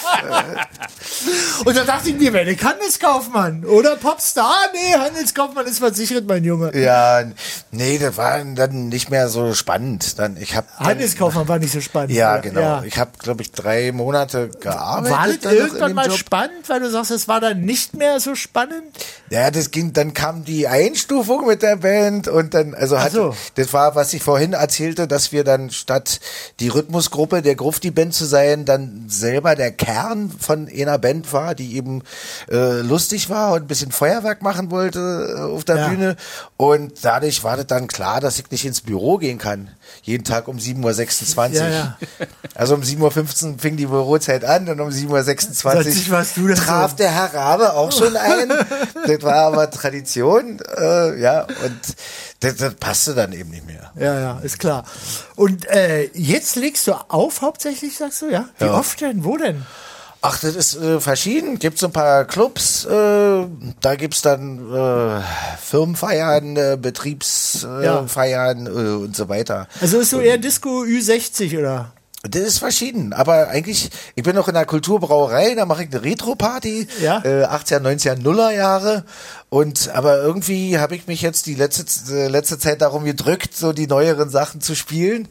Und da dachte ich mir, werde ich Handelskaufmann oder Popstar? Nee, Handelskaufmann ist versichert, mein Junge. Ja, nee, das war dann nicht mehr so spannend. Handelskaufmann war nicht so spannend. Ja, genau. Ja. Ich habe, glaube ich, 3 Monate gearbeitet. War das irgendwann mal spannend, weil du sagst, es war dann nicht mehr so spannend? Ja, dann kam die Einstufung mit der Band und dann, das war, was ich vorhin erzählte, dass wir dann statt die Rhythmusgruppe der Grufti-Band zu sein, dann selber der Kern von einer Band war, die eben lustig war und ein bisschen Feuerwerk machen wollte auf der Bühne. Und dadurch war das dann klar, dass ich nicht ins Büro gehen kann. Jeden Tag um 7.26 Uhr. Ja. Also um 7.15 Uhr fing die Bürozeit an und um 7.26 Uhr traf der Herr Rabe auch schon ein. Das war aber Tradition, und das passte dann eben nicht mehr. Ja, ist klar. Und jetzt legst du auf hauptsächlich, sagst du, ja? Wie oft denn? Wo denn? Ach, das ist verschieden. Gibt so ein paar Clubs, da gibt's dann Firmenfeiern, Betriebsfeiern und so weiter. Also ist so eher Disco Ü60, oder? Das ist verschieden, aber eigentlich, ich bin noch in der Kulturbrauerei, da mache ich eine Retro-Party, 80er, 90er, Nullerjahre, aber irgendwie habe ich mich jetzt die letzte Zeit darum gedrückt, so die neueren Sachen zu spielen,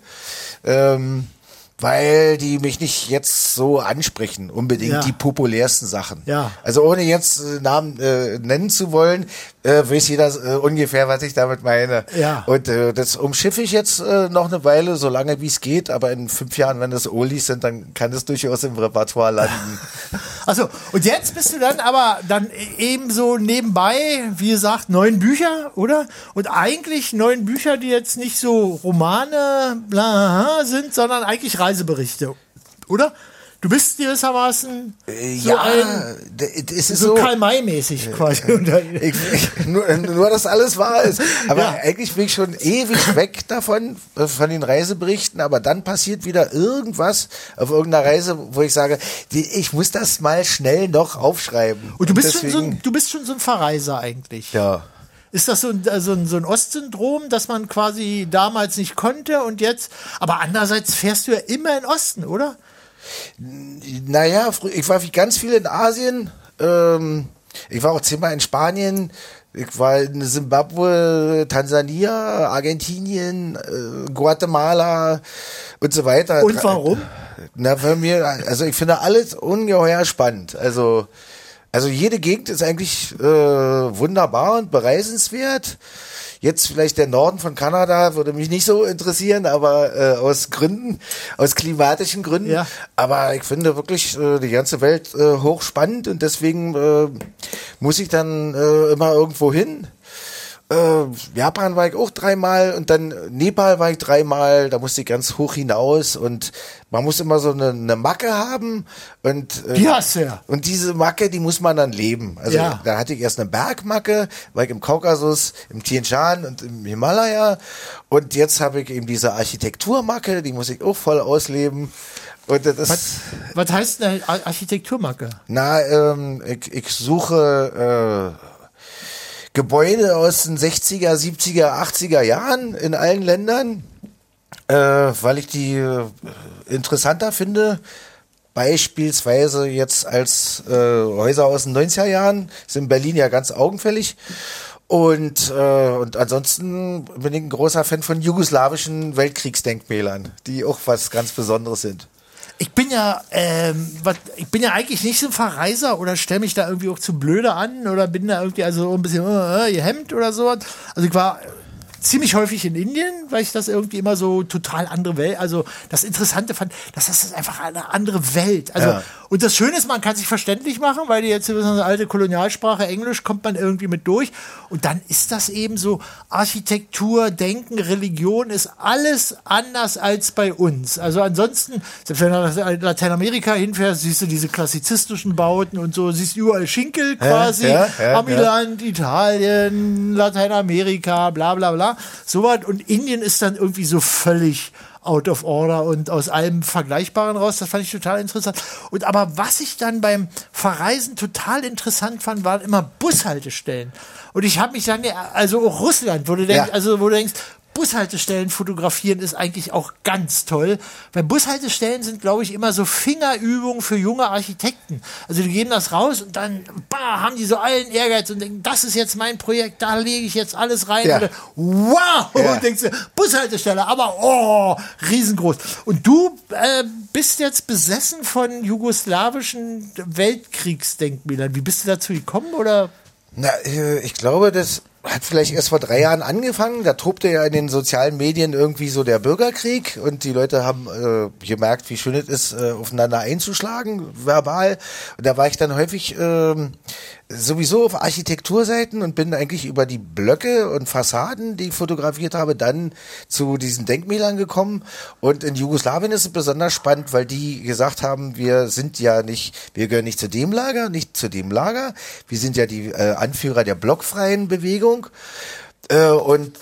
weil die mich nicht jetzt so ansprechen, unbedingt die populärsten Sachen. Ja. Also ohne jetzt Namen nennen zu wollen, weiß jeder ungefähr, was ich damit meine. Ja. Und das umschiffe ich jetzt noch eine Weile, so lange wie es geht, aber in 5 Jahren, wenn das Oldies sind, dann kann das durchaus im Repertoire landen. Also, und jetzt bist du dann eben so nebenbei, wie gesagt, 9 Bücher, oder? Und eigentlich 9 Bücher, die jetzt nicht so Romane sind, sondern eigentlich Reiseberichte, oder? Du bist gewissermaßen so Karl-May-mäßig quasi. Nur, dass alles wahr ist. Aber eigentlich bin ich schon ewig weg davon, von den Reiseberichten. Aber dann passiert wieder irgendwas auf irgendeiner Reise, wo ich sage, ich muss das mal schnell noch aufschreiben. Und du bist schon so ein Verreiser eigentlich. Ja. Ist das so ein Ostsyndrom, dass man quasi damals nicht konnte und jetzt, aber andererseits fährst du ja immer in Osten, oder? Naja, ich war ganz viel in Asien, ich war auch 10-mal in Spanien, ich war in Zimbabwe, Tansania, Argentinien, Guatemala und so weiter. Und warum? Ich finde alles ungeheuer spannend, also jede Gegend ist eigentlich wunderbar und bereisenswert. Jetzt vielleicht der Norden von Kanada würde mich nicht so interessieren, aber aus klimatischen Gründen. Ja. Aber ich finde wirklich die ganze Welt hochspannend und deswegen muss ich dann immer irgendwo hin. Japan war ich auch 3-mal und dann Nepal war ich 3-mal, da musste ich ganz hoch hinaus und man muss immer so eine Macke haben und und diese Macke, die muss man dann leben. Also da hatte ich erst eine Bergmacke, war ich im Kaukasus, im Tien Shan und im Himalaya und jetzt habe ich eben diese Architekturmacke, die muss ich auch voll ausleben. Und das was heißt eine Architekturmacke? Ich suche Gebäude aus den 60er, 70er, 80er Jahren in allen Ländern, weil ich die interessanter finde. Beispielsweise jetzt als Häuser aus den 90er Jahren, ist in Berlin ja ganz augenfällig. Und ansonsten bin ich ein großer Fan von jugoslawischen Weltkriegsdenkmälern, die auch was ganz Besonderes sind. Ich bin ja eigentlich nicht so ein Verreiser oder stelle mich da irgendwie auch zu blöde an oder bin da irgendwie also ein bisschen gehemmt oder so. Also ich war ziemlich häufig in Indien, weil ich das irgendwie immer so total andere Welt, also das Interessante fand, das ist einfach eine andere Welt. Also, und das Schöne ist, man kann sich verständlich machen, weil die jetzt eine alte Kolonialsprache Englisch kommt man irgendwie mit durch. Und dann ist das eben so Architektur, Denken, Religion ist alles anders als bei uns. Also ansonsten, selbst wenn du nach Lateinamerika hinfährst, siehst du diese klassizistischen Bauten und so, siehst überall Schinkel quasi, Amiland, Italien, Lateinamerika, bla bla bla. Sowas und Indien ist dann irgendwie so völlig out of order und aus allem Vergleichbaren raus. Das fand ich total interessant. Und aber was ich dann beim Verreisen total interessant fand, waren immer Bushaltestellen. Und ich habe mich dann, also auch Russland, wo du denkst, Bushaltestellen fotografieren ist eigentlich auch ganz toll, weil Bushaltestellen sind, glaube ich, immer so Fingerübungen für junge Architekten. Also die geben das raus und dann haben die so allen Ehrgeiz und denken, das ist jetzt mein Projekt, da lege ich jetzt alles rein. Ja. Und dann, wow! Ja. Und denkst du, Bushaltestelle, aber riesengroß. Und du bist jetzt besessen von jugoslawischen Weltkriegsdenkmälern. Wie bist du dazu gekommen, oder? Na, ich glaube, das hat vielleicht erst vor 3 Jahren angefangen. Da tobte ja in den sozialen Medien irgendwie so der Bürgerkrieg und die Leute haben gemerkt, wie schön es ist, aufeinander einzuschlagen, verbal. Und da war ich dann häufig sowieso auf Architekturseiten und bin eigentlich über die Blöcke und Fassaden, die ich fotografiert habe, dann zu diesen Denkmälern gekommen. Und in Jugoslawien ist es besonders spannend, weil die gesagt haben, wir gehören nicht zu dem Lager, nicht zu dem Lager. Wir sind ja die Anführer der blockfreien Bewegung. Und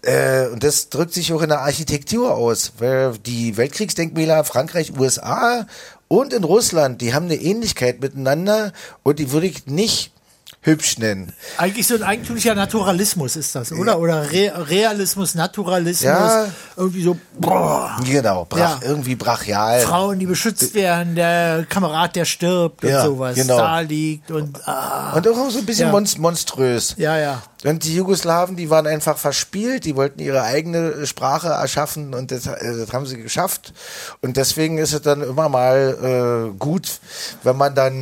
das drückt sich auch in der Architektur aus, weil die Weltkriegsdenkmäler Frankreich, USA und in Russland, die haben eine Ähnlichkeit miteinander und die würde ich nicht hübsch nennen. Eigentlich so ein eigentümlicher Naturalismus ist das, oder? Oder Realismus, Naturalismus, irgendwie so, genau, irgendwie brachial. Frauen, die beschützt werden, der Kamerad, der stirbt und sowas, da liegt und und auch so ein bisschen monströs. Ja. Und die Jugoslawen, die waren einfach verspielt, die wollten ihre eigene Sprache erschaffen und das haben sie geschafft. Und deswegen ist es dann immer mal gut, wenn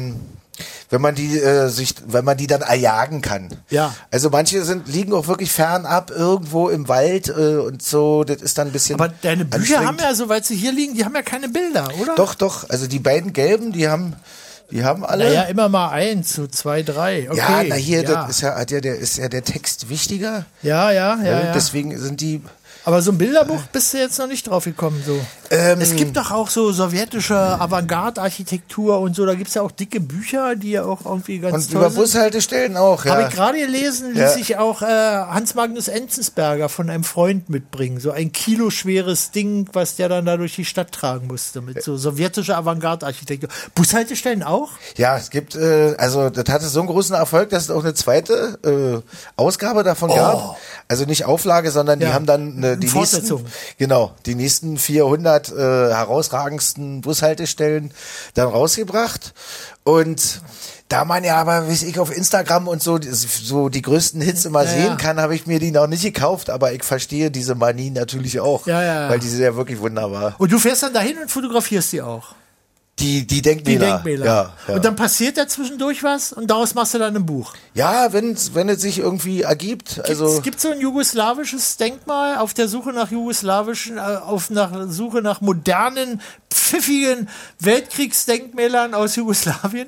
man die dann erjagen kann. Ja. Also manche liegen auch wirklich fernab irgendwo im Wald und so, das ist dann ein bisschen. Aber deine Bücher haben ja, soweit sie hier liegen, die haben ja keine Bilder, oder? Doch. Also die beiden gelben, die haben alle. Naja, immer mal 1, so 2, 3. Okay. Ja, na hier, das ist ja der Text wichtiger. Ja. Deswegen sind die. Aber so ein Bilderbuch bist du jetzt noch nicht drauf gekommen, so. Es gibt doch auch so sowjetische Avantgarde-Architektur und so, da gibt es ja auch dicke Bücher, die ja auch irgendwie ganz und toll über sind. Bushaltestellen auch, ja. Habe ich gerade gelesen, ließ sich auch Hans Magnus Enzensberger von einem Freund mitbringen. So ein kiloschweres Ding, was der dann da durch die Stadt tragen musste, mit so sowjetischer Avantgarde-Architektur. Bushaltestellen auch? Ja, es gibt, also das hatte so einen großen Erfolg, dass es auch eine zweite Ausgabe davon gab. Also nicht Auflage, sondern die haben dann die nächsten 400 herausragendsten Bushaltestellen dann rausgebracht. Und da man ja aber, wie ich auf Instagram und so die größten Hits immer sehen kann, habe ich mir die noch nicht gekauft, aber ich verstehe diese Manie natürlich auch, weil die sind ja wirklich wunderbar. Und du fährst dann dahin und fotografierst die auch? Die Denkmäler. Ja. Und dann passiert da zwischendurch was und daraus machst du dann ein Buch. Ja, wenn es sich irgendwie ergibt. Gibt so ein jugoslawisches Denkmal auf der Suche nach Suche nach modernen, pfiffigen Weltkriegsdenkmälern aus Jugoslawien?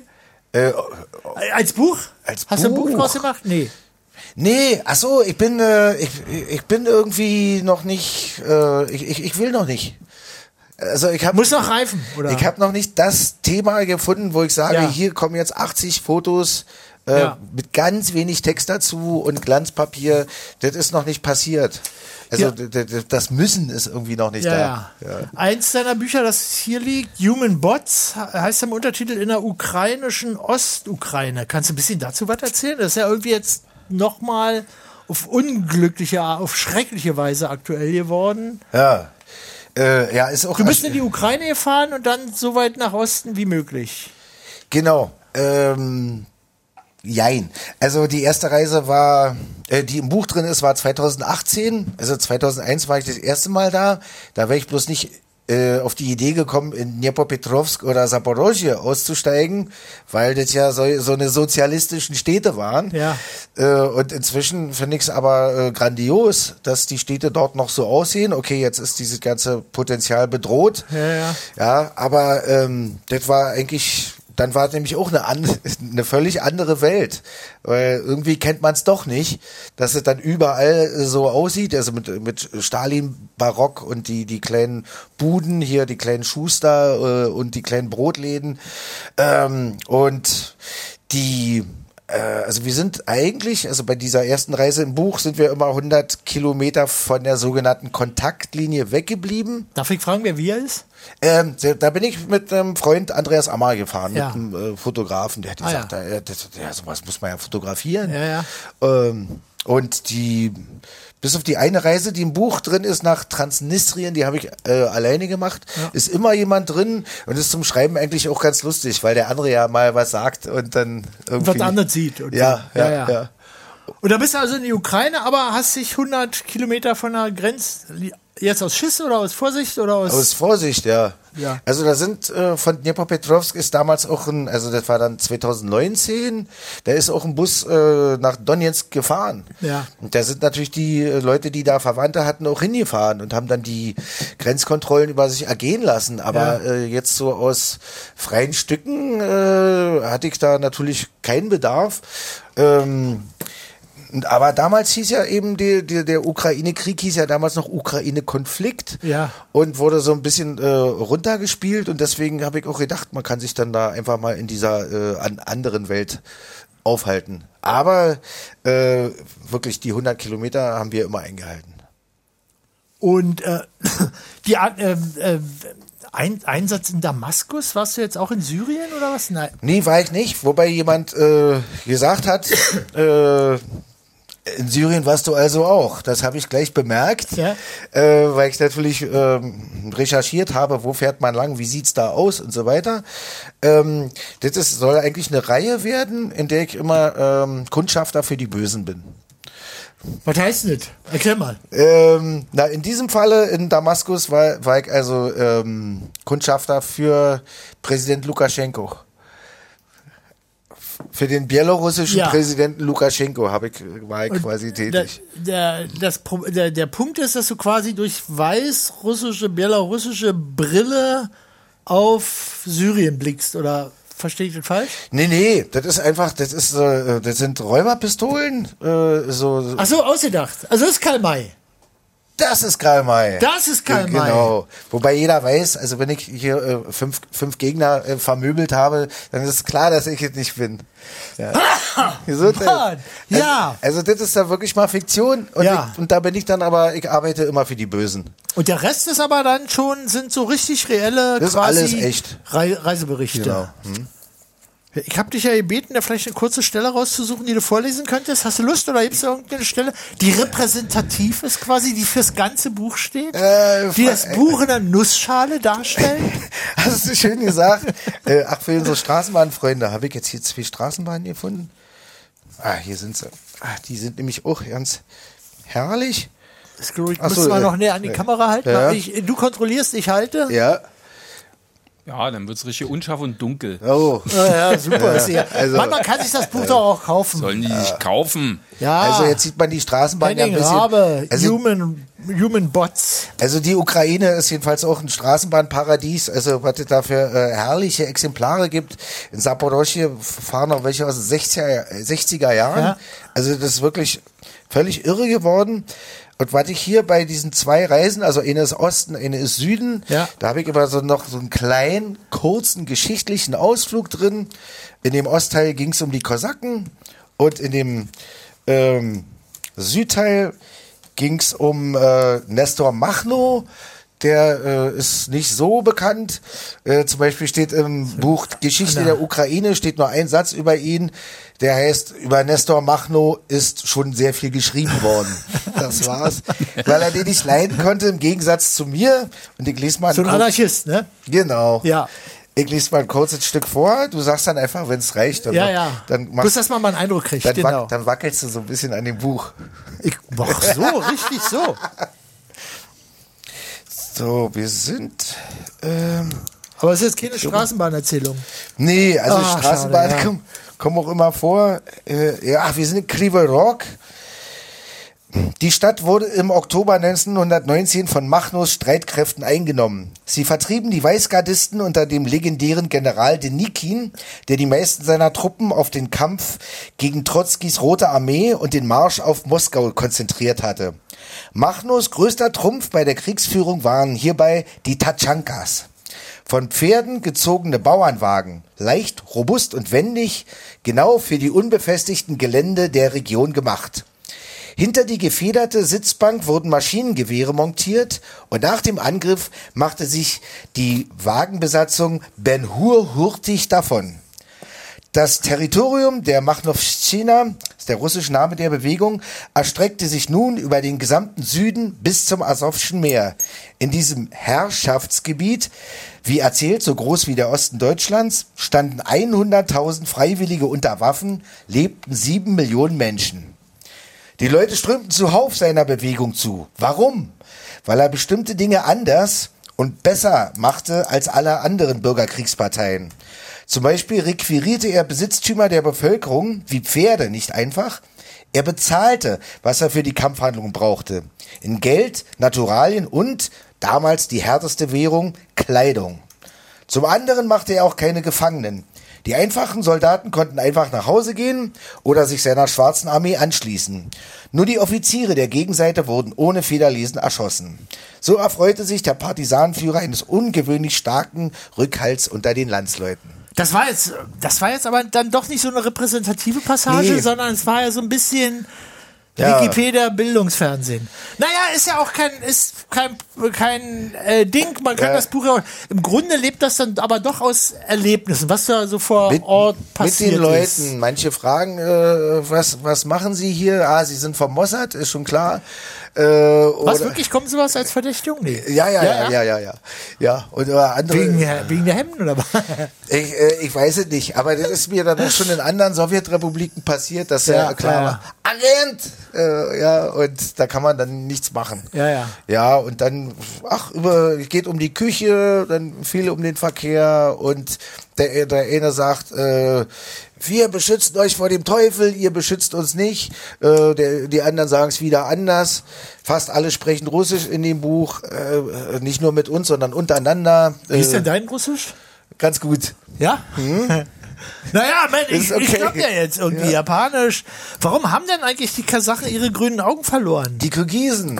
Als Buch? Hast du ein Buch draus gemacht? Nee, ach so, ich bin irgendwie noch nicht, ich will noch nicht. Also muss noch reifen, oder? Ich habe noch nicht das Thema gefunden, wo ich sage, hier kommen jetzt 80 Fotos mit ganz wenig Text dazu und Glanzpapier. Das ist noch nicht passiert. Also das Müssen ist irgendwie noch nicht da. Ja. Eins deiner Bücher, das hier liegt, Human Bots, heißt im Untertitel in der ukrainischen Ostukraine. Kannst du ein bisschen dazu was erzählen? Das ist ja irgendwie jetzt nochmal auf schreckliche Weise aktuell geworden. Ja. Ist auch. Du bist in die Ukraine gefahren und dann so weit nach Osten wie möglich. Genau. Jein. Also die erste Reise war, die im Buch drin ist, war 2018. Also 2001 war ich das erste Mal da. Da wäre ich bloß nicht auf die Idee gekommen, in Dnepropetrovsk oder Saporoschje auszusteigen, weil das ja so eine sozialistischen Städte waren. Ja. Und inzwischen finde ich es aber grandios, dass die Städte dort noch so aussehen. Okay, jetzt ist dieses ganze Potenzial bedroht. Ja, aber das war eigentlich... Dann war nämlich auch eine völlig andere Welt. Weil irgendwie kennt man es doch nicht, dass es dann überall so aussieht, also mit Stalin-Barock und die kleinen Buden hier, die kleinen Schuster und die kleinen Brotläden. Und die... Also wir sind eigentlich, also bei dieser ersten Reise im Buch sind wir immer 100 Kilometer von der sogenannten Kontaktlinie weggeblieben. Darf ich fragen, wer wir ist? Da bin ich mit einem Freund Andreas Ammer gefahren, Ja. mit einem Fotografen, der hat gesagt, sowas muss man ja fotografieren. Ja. Und bis auf die eine Reise, die im Buch drin ist, nach Transnistrien, die habe ich alleine gemacht, ist immer jemand drin und ist zum Schreiben eigentlich auch ganz lustig, weil der andere ja mal was sagt und dann irgendwie... Was anderes sieht. Und Ja. Und da bist du also in die Ukraine, aber hast dich 100 Kilometer von der Grenze, jetzt aus Schiss oder aus Vorsicht oder aus... Aus Vorsicht, ja. Ja. Also da sind von Dnepropetrovsk ist damals auch also das war dann 2019, da ist auch ein Bus nach Donetsk gefahren. Ja. Und da sind natürlich die Leute, die da Verwandte hatten, auch hingefahren und haben dann die Grenzkontrollen über sich ergehen lassen. Aber jetzt so aus freien Stücken hatte ich da natürlich keinen Bedarf. Aber damals hieß ja eben, der Ukraine-Krieg hieß ja damals noch Ukraine-Konflikt und wurde so ein bisschen runtergespielt und deswegen habe ich auch gedacht, man kann sich dann da einfach mal in dieser anderen Welt aufhalten. Aber wirklich die 100 Kilometer haben wir immer eingehalten. Und Einsatz in Damaskus, warst du jetzt auch in Syrien oder was? Nein. Nee, war ich nicht, wobei jemand gesagt hat, in Syrien warst du also auch. Das habe ich gleich bemerkt, weil ich natürlich recherchiert habe, wo fährt man lang, wie sieht's da aus und so weiter. Soll eigentlich eine Reihe werden, in der ich immer Kundschafter für die Bösen bin. Was heißt das? Erklär mal. In diesem Falle in Damaskus war ich also Kundschafter für Präsident Lukaschenko. Für den bielorussischen Präsidenten Lukaschenko war ich quasi tätig. Der Punkt ist, dass du quasi durch weiß-russische, bielorussische Brille auf Syrien blickst, oder verstehe ich das falsch? Nee, das sind Räuberpistolen. Ach so, ausgedacht. Also das ist Karl May. Das ist Karl May. Das ist Karl May. Genau. Wobei jeder weiß, also wenn ich hier fünf Gegner vermöbelt habe, dann ist klar, dass ich es nicht bin. Ja. Also das ist da wirklich mal Fiktion und da bin ich dann aber, ich arbeite immer für die Bösen. Und der Rest ist aber dann sind so richtig reelle, das quasi ist alles echt. Reiseberichte. Genau. Ich habe dich ja gebeten, da vielleicht eine kurze Stelle rauszusuchen, die du vorlesen könntest. Hast du Lust oder gibt es irgendeine Stelle, die repräsentativ ist quasi, die fürs ganze Buch steht? Die das Buch in der Nussschale darstellt? Hast du schön gesagt. Für unsere Straßenbahnfreunde habe ich jetzt hier 2 Straßenbahnen gefunden. Hier sind sie. Die sind nämlich auch ganz herrlich. Das müssen wir noch näher an die Kamera halten. Ja. Du kontrollierst, ich halte. Ja. Ja, dann wird es richtig unscharf und dunkel. Oh. Ja, super. Man kann sich das Buch doch auch kaufen. Sollen die sich kaufen? Ja. Also jetzt sieht man die Straßenbahn ja ein bisschen. Rabe, Human Bots. Also die Ukraine ist jedenfalls auch ein Straßenbahnparadies. Also was es da für herrliche Exemplare gibt. In Saporoschje fahren auch welche aus den 60er Jahren. Ja. Also das ist wirklich völlig irre geworden. Und was ich hier bei diesen 2 Reisen, also eine ist Osten, eine ist Süden, da habe ich immer noch so einen kleinen, kurzen, geschichtlichen Ausflug drin. In dem Ostteil ging es um die Kosaken und in dem Südteil ging es um Nestor Machno. Der ist nicht so bekannt. Zum Beispiel steht im Buch Geschichte der Ukraine, steht nur ein Satz über ihn. Der heißt, über Nestor Machno ist schon sehr viel geschrieben worden. Das war's. Weil er den nicht leiden konnte, im Gegensatz zu mir. Und ich lese mal so ein Anarchist, ne? Genau. Ja. Ich lese mal ein kurzes Stück vor. Du sagst dann einfach, wenn es reicht. Dann bis dass man mal einen Eindruck kriegt. Dann wackelst du so ein bisschen an dem Buch. Richtig so. So, wir sind Aber es ist jetzt keine Straßenbahnerzählung. Nee, also Straßenbahnen schade, ja. kommen auch immer vor. Wir sind in Krivoy Rog. Die Stadt wurde im Oktober 1919 von Machnos Streitkräften eingenommen. Sie vertrieben die Weißgardisten unter dem legendären General Denikin, der die meisten seiner Truppen auf den Kampf gegen Trotzkis Rote Armee und den Marsch auf Moskau konzentriert hatte. Machnos größter Trumpf bei der Kriegsführung waren hierbei die Tatschankas. Von Pferden gezogene Bauernwagen, leicht, robust und wendig, genau für die unbefestigten Gelände der Region gemacht. Hinter die gefederte Sitzbank wurden Maschinengewehre montiert und nach dem Angriff machte sich die Wagenbesatzung Ben-Hur hurtig davon. Das Territorium der Machnowszczyna, ist der russische Name der Bewegung, erstreckte sich nun über den gesamten Süden bis zum Asowschen Meer. In diesem Herrschaftsgebiet, wie erzählt, so groß wie der Osten Deutschlands, standen 100.000 Freiwillige unter Waffen, lebten 7 Millionen Menschen. Die Leute strömten zuhauf seiner Bewegung zu. Warum? Weil er bestimmte Dinge anders und besser machte als alle anderen Bürgerkriegsparteien. Zum Beispiel requirierte er Besitztümer der Bevölkerung, wie Pferde, nicht einfach. Er bezahlte, was er für die Kampfhandlungen brauchte. In Geld, Naturalien und, damals die härteste Währung, Kleidung. Zum anderen machte er auch keine Gefangenen. Die einfachen Soldaten konnten einfach nach Hause gehen oder sich seiner Schwarzen Armee anschließen. Nur die Offiziere der Gegenseite wurden ohne Federlesen erschossen. So erfreute sich der Partisanenführer eines ungewöhnlich starken Rückhalts unter den Landsleuten. Das war jetzt aber dann doch nicht so eine repräsentative Passage, sondern es war ja so ein bisschen Wikipedia Bildungsfernsehen. Naja, ist ja auch kein Ding, man kann das Buch ja, im Grunde lebt das dann aber doch aus Erlebnissen, was da so vor Ort passiert ist. Mit den Leuten, manche fragen, was machen sie hier? Sie sind vom Mossad, ist schon klar. Was, wirklich, kommt sowas als Verdächtigung? Nee. Ja. Und andere, wegen der Hemden oder was? Ich weiß es nicht, aber das ist mir dann auch schon in anderen Sowjetrepubliken passiert, dass klar Agent! Und da kann man dann nichts machen. Ja, und dann, geht um die Küche, dann viel um den Verkehr und der eine sagt, wir beschützen euch vor dem Teufel, ihr beschützt uns nicht. Die anderen sagen es wieder anders. Fast alle sprechen Russisch in dem Buch, nicht nur mit uns, sondern untereinander. Wie ist denn dein Russisch? Ganz gut. Ja? Naja, ich glaube ja jetzt irgendwie Japanisch. Warum haben denn eigentlich die Kasachen ihre grünen Augen verloren? Die Kirgisen.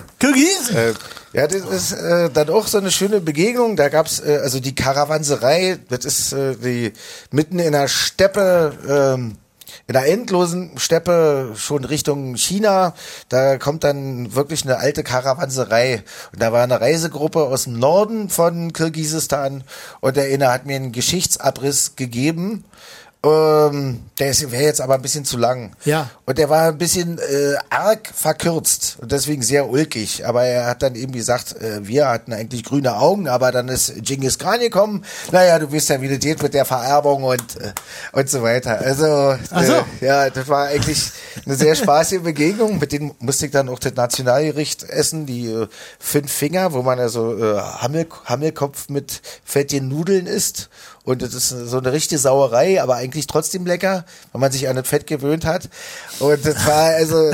Das ist dann auch so eine schöne Begegnung. Da gab's also die Karawanserei. Das ist die mitten in der Steppe, in der endlosen Steppe schon Richtung China. Da kommt dann wirklich eine alte Karawanserei. Und da war eine Reisegruppe aus dem Norden von Kirgisistan. Und der eine hat mir einen Geschichtsabriss gegeben. Der wäre jetzt aber ein bisschen zu lang. Ja. Und der war ein bisschen arg verkürzt und deswegen sehr ulkig. Aber er hat dann eben gesagt, wir hatten eigentlich grüne Augen, aber dann ist Genghis Khan gekommen. Naja, du weißt ja, wie das geht mit der Vererbung und so weiter. Also, das war eigentlich eine sehr spaßige Begegnung. Mit denen musste ich dann auch das Nationalgericht essen, die 5 Finger, wo man also Hammelkopf mit fettigen Nudeln isst. Und das ist so eine richtige Sauerei, aber eigentlich trotzdem lecker, weil man sich an das Fett gewöhnt hat. Und das war also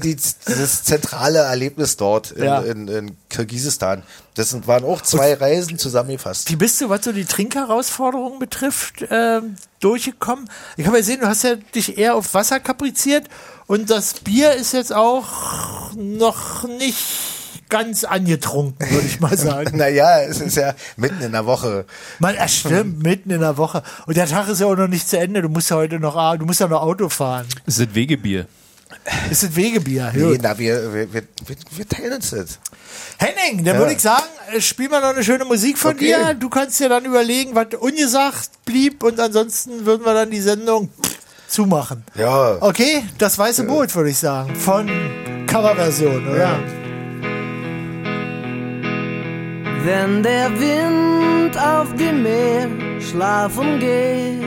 das zentrale Erlebnis dort in Kirgisistan. Das waren auch 2 Reisen zusammengefasst. Wie bist du, was so die Trinkherausforderungen betrifft, durchgekommen? Ich habe ja gesehen, du hast ja dich eher auf Wasser kapriziert und das Bier ist jetzt auch noch nicht ganz angetrunken, würde ich mal sagen. Naja, es ist ja mitten in der Woche. Stimmt, mitten in der Woche. Und der Tag ist ja auch noch nicht zu Ende. Du musst ja heute noch Auto fahren. Es ist Wegebier. Es ist Wegebier. Nee, wir teilen uns das. Henning, dann würde ich sagen, spiel mal noch eine schöne Musik von dir. Du kannst dir dann überlegen, was ungesagt blieb und ansonsten würden wir dann die Sendung zumachen. Ja. Okay, das weiße Boot, würde ich sagen. Von Coverversion, oder? Ja. Wenn der Wind auf dem Meer schlafen geht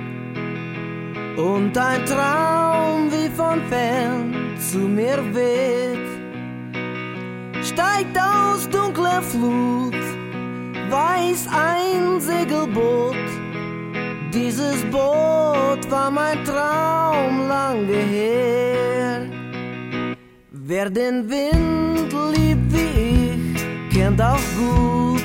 und ein Traum wie von fern zu mir weht, steigt aus dunkler Flut weiß ein Segelboot. Dieses Boot war mein Traum lange her. Wer den Wind liebt wie ich, kennt auch gut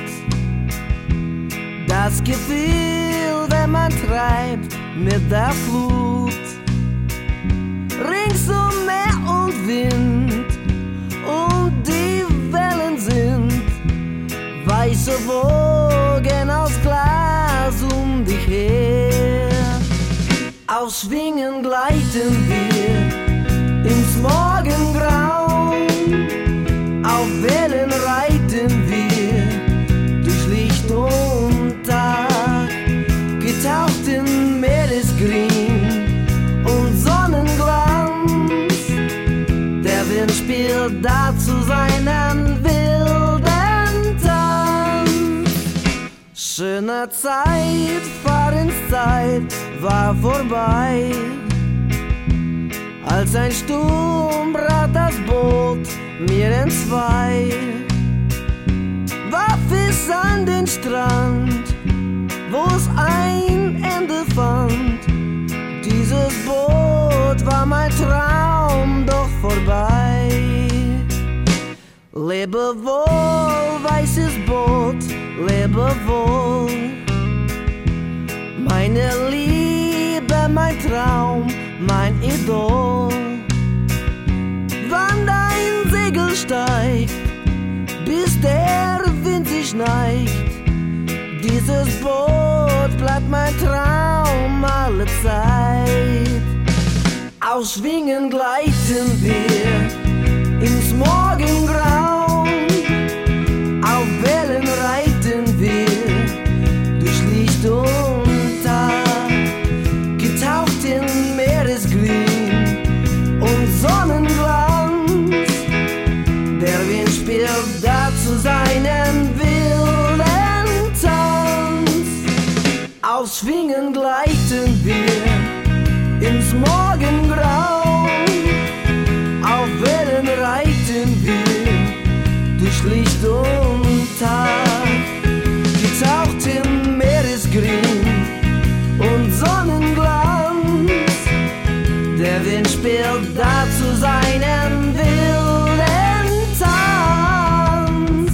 das Gefühl, wenn man treibt mit der Flut. Rings um Meer und Wind und die Wellen sind weiße Wogen aus Glas um dich her. Aus Schwingen gleiten wir ins Morgengrau, auf Wellen reiten wir durch Licht und Tag, getaucht in Meeresgrün und Sonnenglanz. Der Wind spielt dazu seinen wilden Tanz. Schöne Zeit, Fahrenszeit war vorbei, als ein Sturm brach das Boot mir entzwei. Warf es an den Strand, wo's ein Ende fand. Dieses Boot war mein Traum, doch vorbei. Lebe wohl, weißes Boot, lebe wohl. Meine Liebe, mein Traum, mein Idol. Wann dein Segel steigt, bis der Wind sich neigt, dieses Boot bleibt mein Traum alle Zeit. Aus Schwingen gleiten wir ins Morgengrau, auf Wellen reiten wir durch Licht und Tag, getaucht in Meeresgrün und Sonnenglanz. Der Wind spielt dazu seinen wilden Tanz. Auf Schwingen gleiten wir ins Morgengrau, auf Wellen reiten wir durch Licht und Tag, getaucht in Meeresgrün und Sonnenglanz. Der Wind spielt dazu seinen wilden Tanz.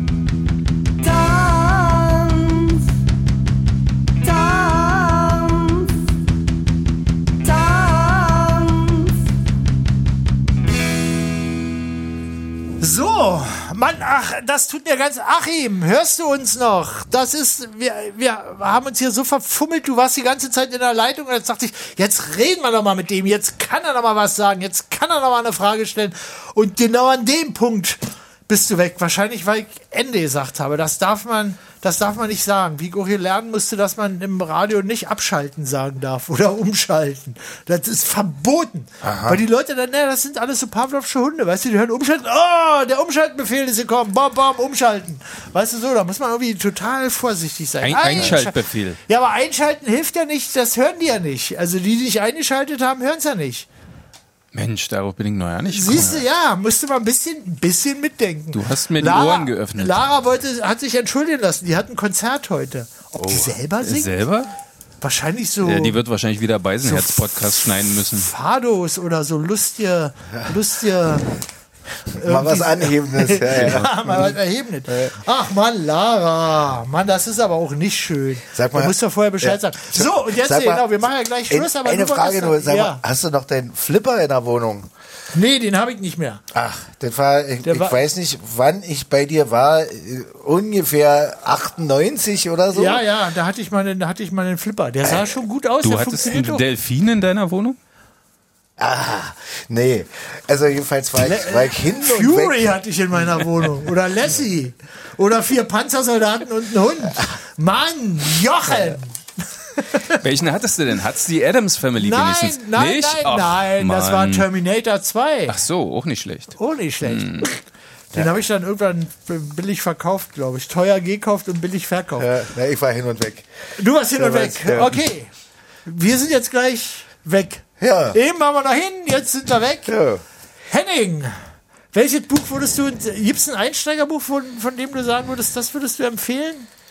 Tanz, Tanz, Tanz. So, Mann, ach, das tut mir ganz... Achim, hörst du uns noch? Das ist... Wir haben uns hier so verfummelt, du warst die ganze Zeit in der Leitung und jetzt dachte ich, jetzt reden wir doch mal mit dem, jetzt kann er doch mal was sagen, jetzt kann er doch mal eine Frage stellen und genau an dem Punkt bist du weg. Wahrscheinlich, weil ich Ende gesagt habe. Das darf man nicht sagen. Wie ich auch hier lernen musste, dass man im Radio nicht abschalten sagen darf oder umschalten. Das ist verboten. Aha. Weil die Leute dann, das sind alles so Pavlovsche Hunde, weißt du, die hören umschalten, oh, der Umschaltbefehl ist gekommen, bam, bam, umschalten. Weißt du so, da muss man irgendwie total vorsichtig sein. Einschaltbefehl. Ja, aber einschalten hilft ja nicht, das hören die ja nicht. Also die sich eingeschaltet haben, hören es ja nicht. Mensch, darauf bin ich noch ja nicht. Siehst du, ja, musste mal ein bisschen mitdenken. Du hast mir die Ohren geöffnet. Lara hat sich entschuldigen lassen, die hat ein Konzert heute. Ob die selber singt? Selber? Wahrscheinlich so. Ja, die wird wahrscheinlich wieder Beisenherz-Podcast schneiden müssen. Fados oder so lustige mal was Anhebendes. Ja, mal was Erhebendes. Ach Mann, Lara. Mann, das ist aber auch nicht schön. Sag mal, du musst doch vorher Bescheid sagen. So, und jetzt, genau, wir machen ja gleich Schluss. Aber eine Frage nur, sag mal, hast du noch deinen Flipper in der Wohnung? Nee, den habe ich nicht mehr. Ach, ich weiß nicht, wann ich bei dir war, ungefähr 98 oder so. Ja, da hatte ich mal einen Flipper. Der sah schon gut aus. Du hattest einen Delfin in deiner Wohnung? Ah, nee. Also jedenfalls war ich hin und Fury hatte ich in meiner Wohnung. Oder Lassie. Oder 4 Panzersoldaten und ein Hund. Mann, Jochen! Welchen hattest du denn? Hat's die Addams Family wenigstens? Nein, das war Terminator 2. Ach so, auch nicht schlecht. Den habe ich dann irgendwann billig verkauft, glaube ich. Teuer gekauft und billig verkauft. Ja, ich war hin und weg. Du warst hin und weg. Ja. Okay. Wir sind jetzt gleich weg. Ja. Eben waren wir noch hin, jetzt sind wir weg. Ja. Henning, welches Buch gibt es ein Einsteigerbuch, von dem du sagen würdest, das würdest du empfehlen?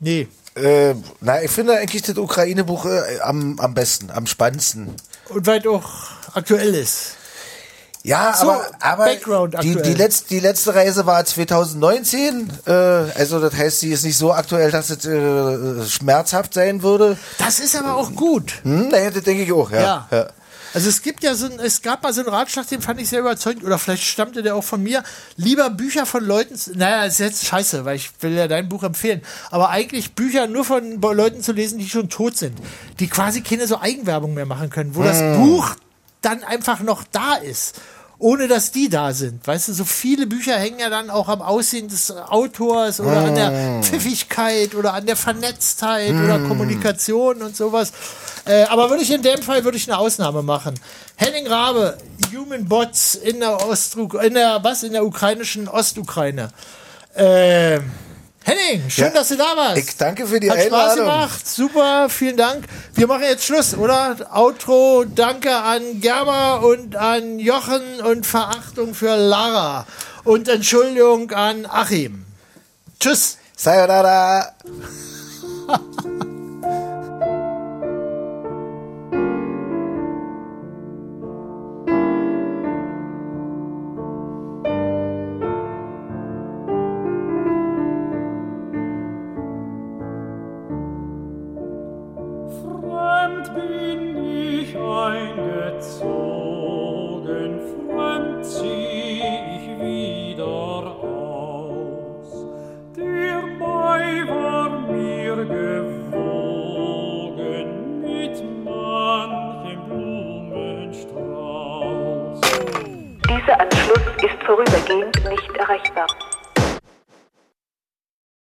Nee. Ich finde eigentlich das Ukraine-Buch am besten, am spannendsten. Und weil auch aktuell ist. Ja, So, aber Background aktuell. die letzte Reise war 2019. Also das heißt, sie ist nicht so aktuell, dass es schmerzhaft sein würde. Das ist aber auch gut. Naja, das denke ich auch, ja. Also es gab mal so einen Ratschlag, den fand ich sehr überzeugend, oder vielleicht stammte der auch von mir. Lieber Bücher von Leuten, naja, ist jetzt scheiße, weil ich will ja dein Buch empfehlen, aber eigentlich Bücher nur von Leuten zu lesen, die schon tot sind, die quasi keine so Eigenwerbung mehr machen können, wo das Buch dann einfach noch da ist, ohne dass die da sind. Weißt du, so viele Bücher hängen ja dann auch am Aussehen des Autors oder an der Pfiffigkeit oder an der Vernetztheit oder Kommunikation und sowas. Aber in dem Fall eine Ausnahme machen. Henning Rabe, Human Bots in der ukrainischen Ostukraine. Henning, schön, dass du da warst. Ich danke für die Hat Einladung. Spaß gemacht, super, vielen Dank. Wir machen jetzt Schluss, oder? Outro, danke an Gerber und an Jochen und Verachtung für Lara. Und Entschuldigung an Achim. Tschüss. Sayonara.